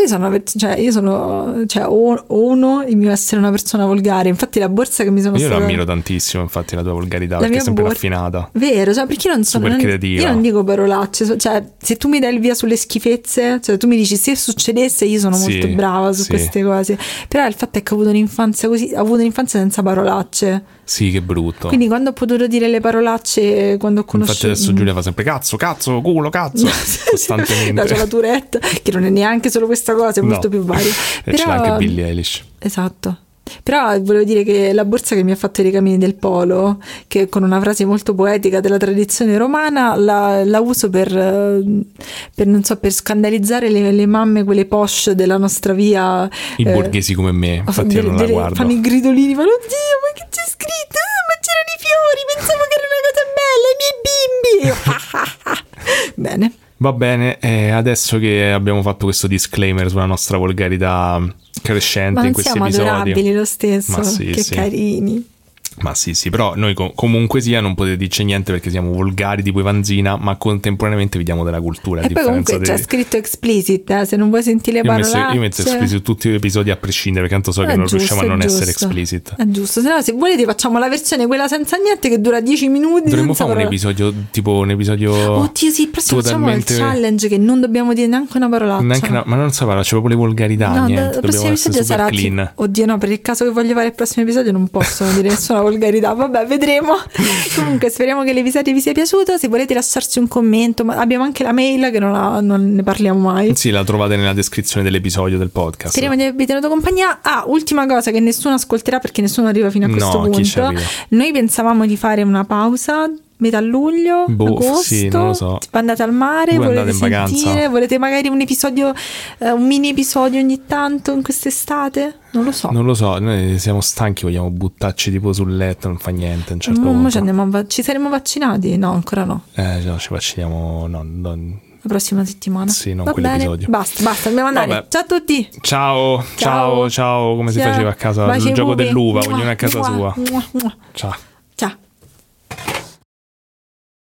uno il mio essere una persona volgare. Infatti la borsa che mi sono io lo ammiro tantissimo, infatti, la tua volgarità, perché è sempre raffinata. Vero, cioè, perché io non sono super creativa. Io non dico parolacce, cioè se tu mi dai il via sulle schifezze, cioè tu mi dici se succedesse, io sono molto brava su queste cose. Però il fatto è che ho avuto un'infanzia così, ho avuto un'infanzia senza parolacce. Sì, che brutto. Quindi quando ho potuto dire le parolacce, quando ho conosciuto... Infatti adesso Giulia fa sempre cazzo, culo, costantemente. No, c'è la Tourette, che non è neanche solo questa cosa, è molto più varia. E c'è anche Billie Eilish. Esatto. Però volevo dire che la borsa che mi ha fatto i ricamini del polo, che con una frase molto poetica della tradizione romana, la uso per non so, per scandalizzare le mamme, quelle posh della nostra via, i borghesi come me. Infatti io non la guardo. Fanno i gridolini, fanno oddio, ma che c'è scritto? Ma c'erano i fiori, pensavo che era una cosa bella, i miei bimbi. Bene. Va bene, adesso che abbiamo fatto questo disclaimer sulla nostra volgarità crescente in questi episodi. Ma siamo adorabili lo stesso, ma sì, che carini. Ma sì, però noi comunque sia non potete dirci niente, perché siamo volgari tipo Ivanzina, ma contemporaneamente vi diamo della cultura. E poi comunque c'è scritto explicit, se non vuoi sentire le parolacce. Io metto explicit tutti gli episodi a prescindere, perché tanto so che non riusciamo a non essere explicit. È giusto, se volete facciamo la versione quella senza niente, che dura 10 minuti. Dovremmo fare un episodio oddio sì, il prossimo facciamo il challenge che non dobbiamo dire neanche una parolaccia. Ma non so parlare, c'è proprio le volgarità, no, niente. Il prossimo episodio sarà clean. Oddio no, per il caso che voglio fare il prossimo episodio non posso dire nessuna volgarità, vabbè, vedremo. Comunque speriamo che l'episodio vi sia piaciuto. Se volete lasciarci un commento, ma abbiamo anche la mail che non ne parliamo mai. Sì, la trovate nella descrizione dell'episodio del podcast. Speriamo di avervi tenuto compagnia. Ultima cosa che nessuno ascolterà, perché nessuno arriva fino a questo punto. Noi pensavamo di fare una pausa metà luglio, agosto, sì, non lo so. andate al mare, Voi volete andate in sentire, vacanza. volete magari un episodio, un mini episodio ogni tanto in quest'estate? Non lo so. Non lo so, noi siamo stanchi, vogliamo buttarci tipo sul letto, non fa niente a un certo Mo punto. ci andiamo ci saremo vaccinati? No, ancora no. No, ci vacciniamo, La prossima settimana. Sì, non Va quell'episodio. bene, basta, dobbiamo andare. Vabbè. Ciao a tutti. Ciao, come si Ciao. faceva a casa, Baci il ai gioco pupi. dell'uva, ognuno a casa Mua, sua. mua, mua. Ciao.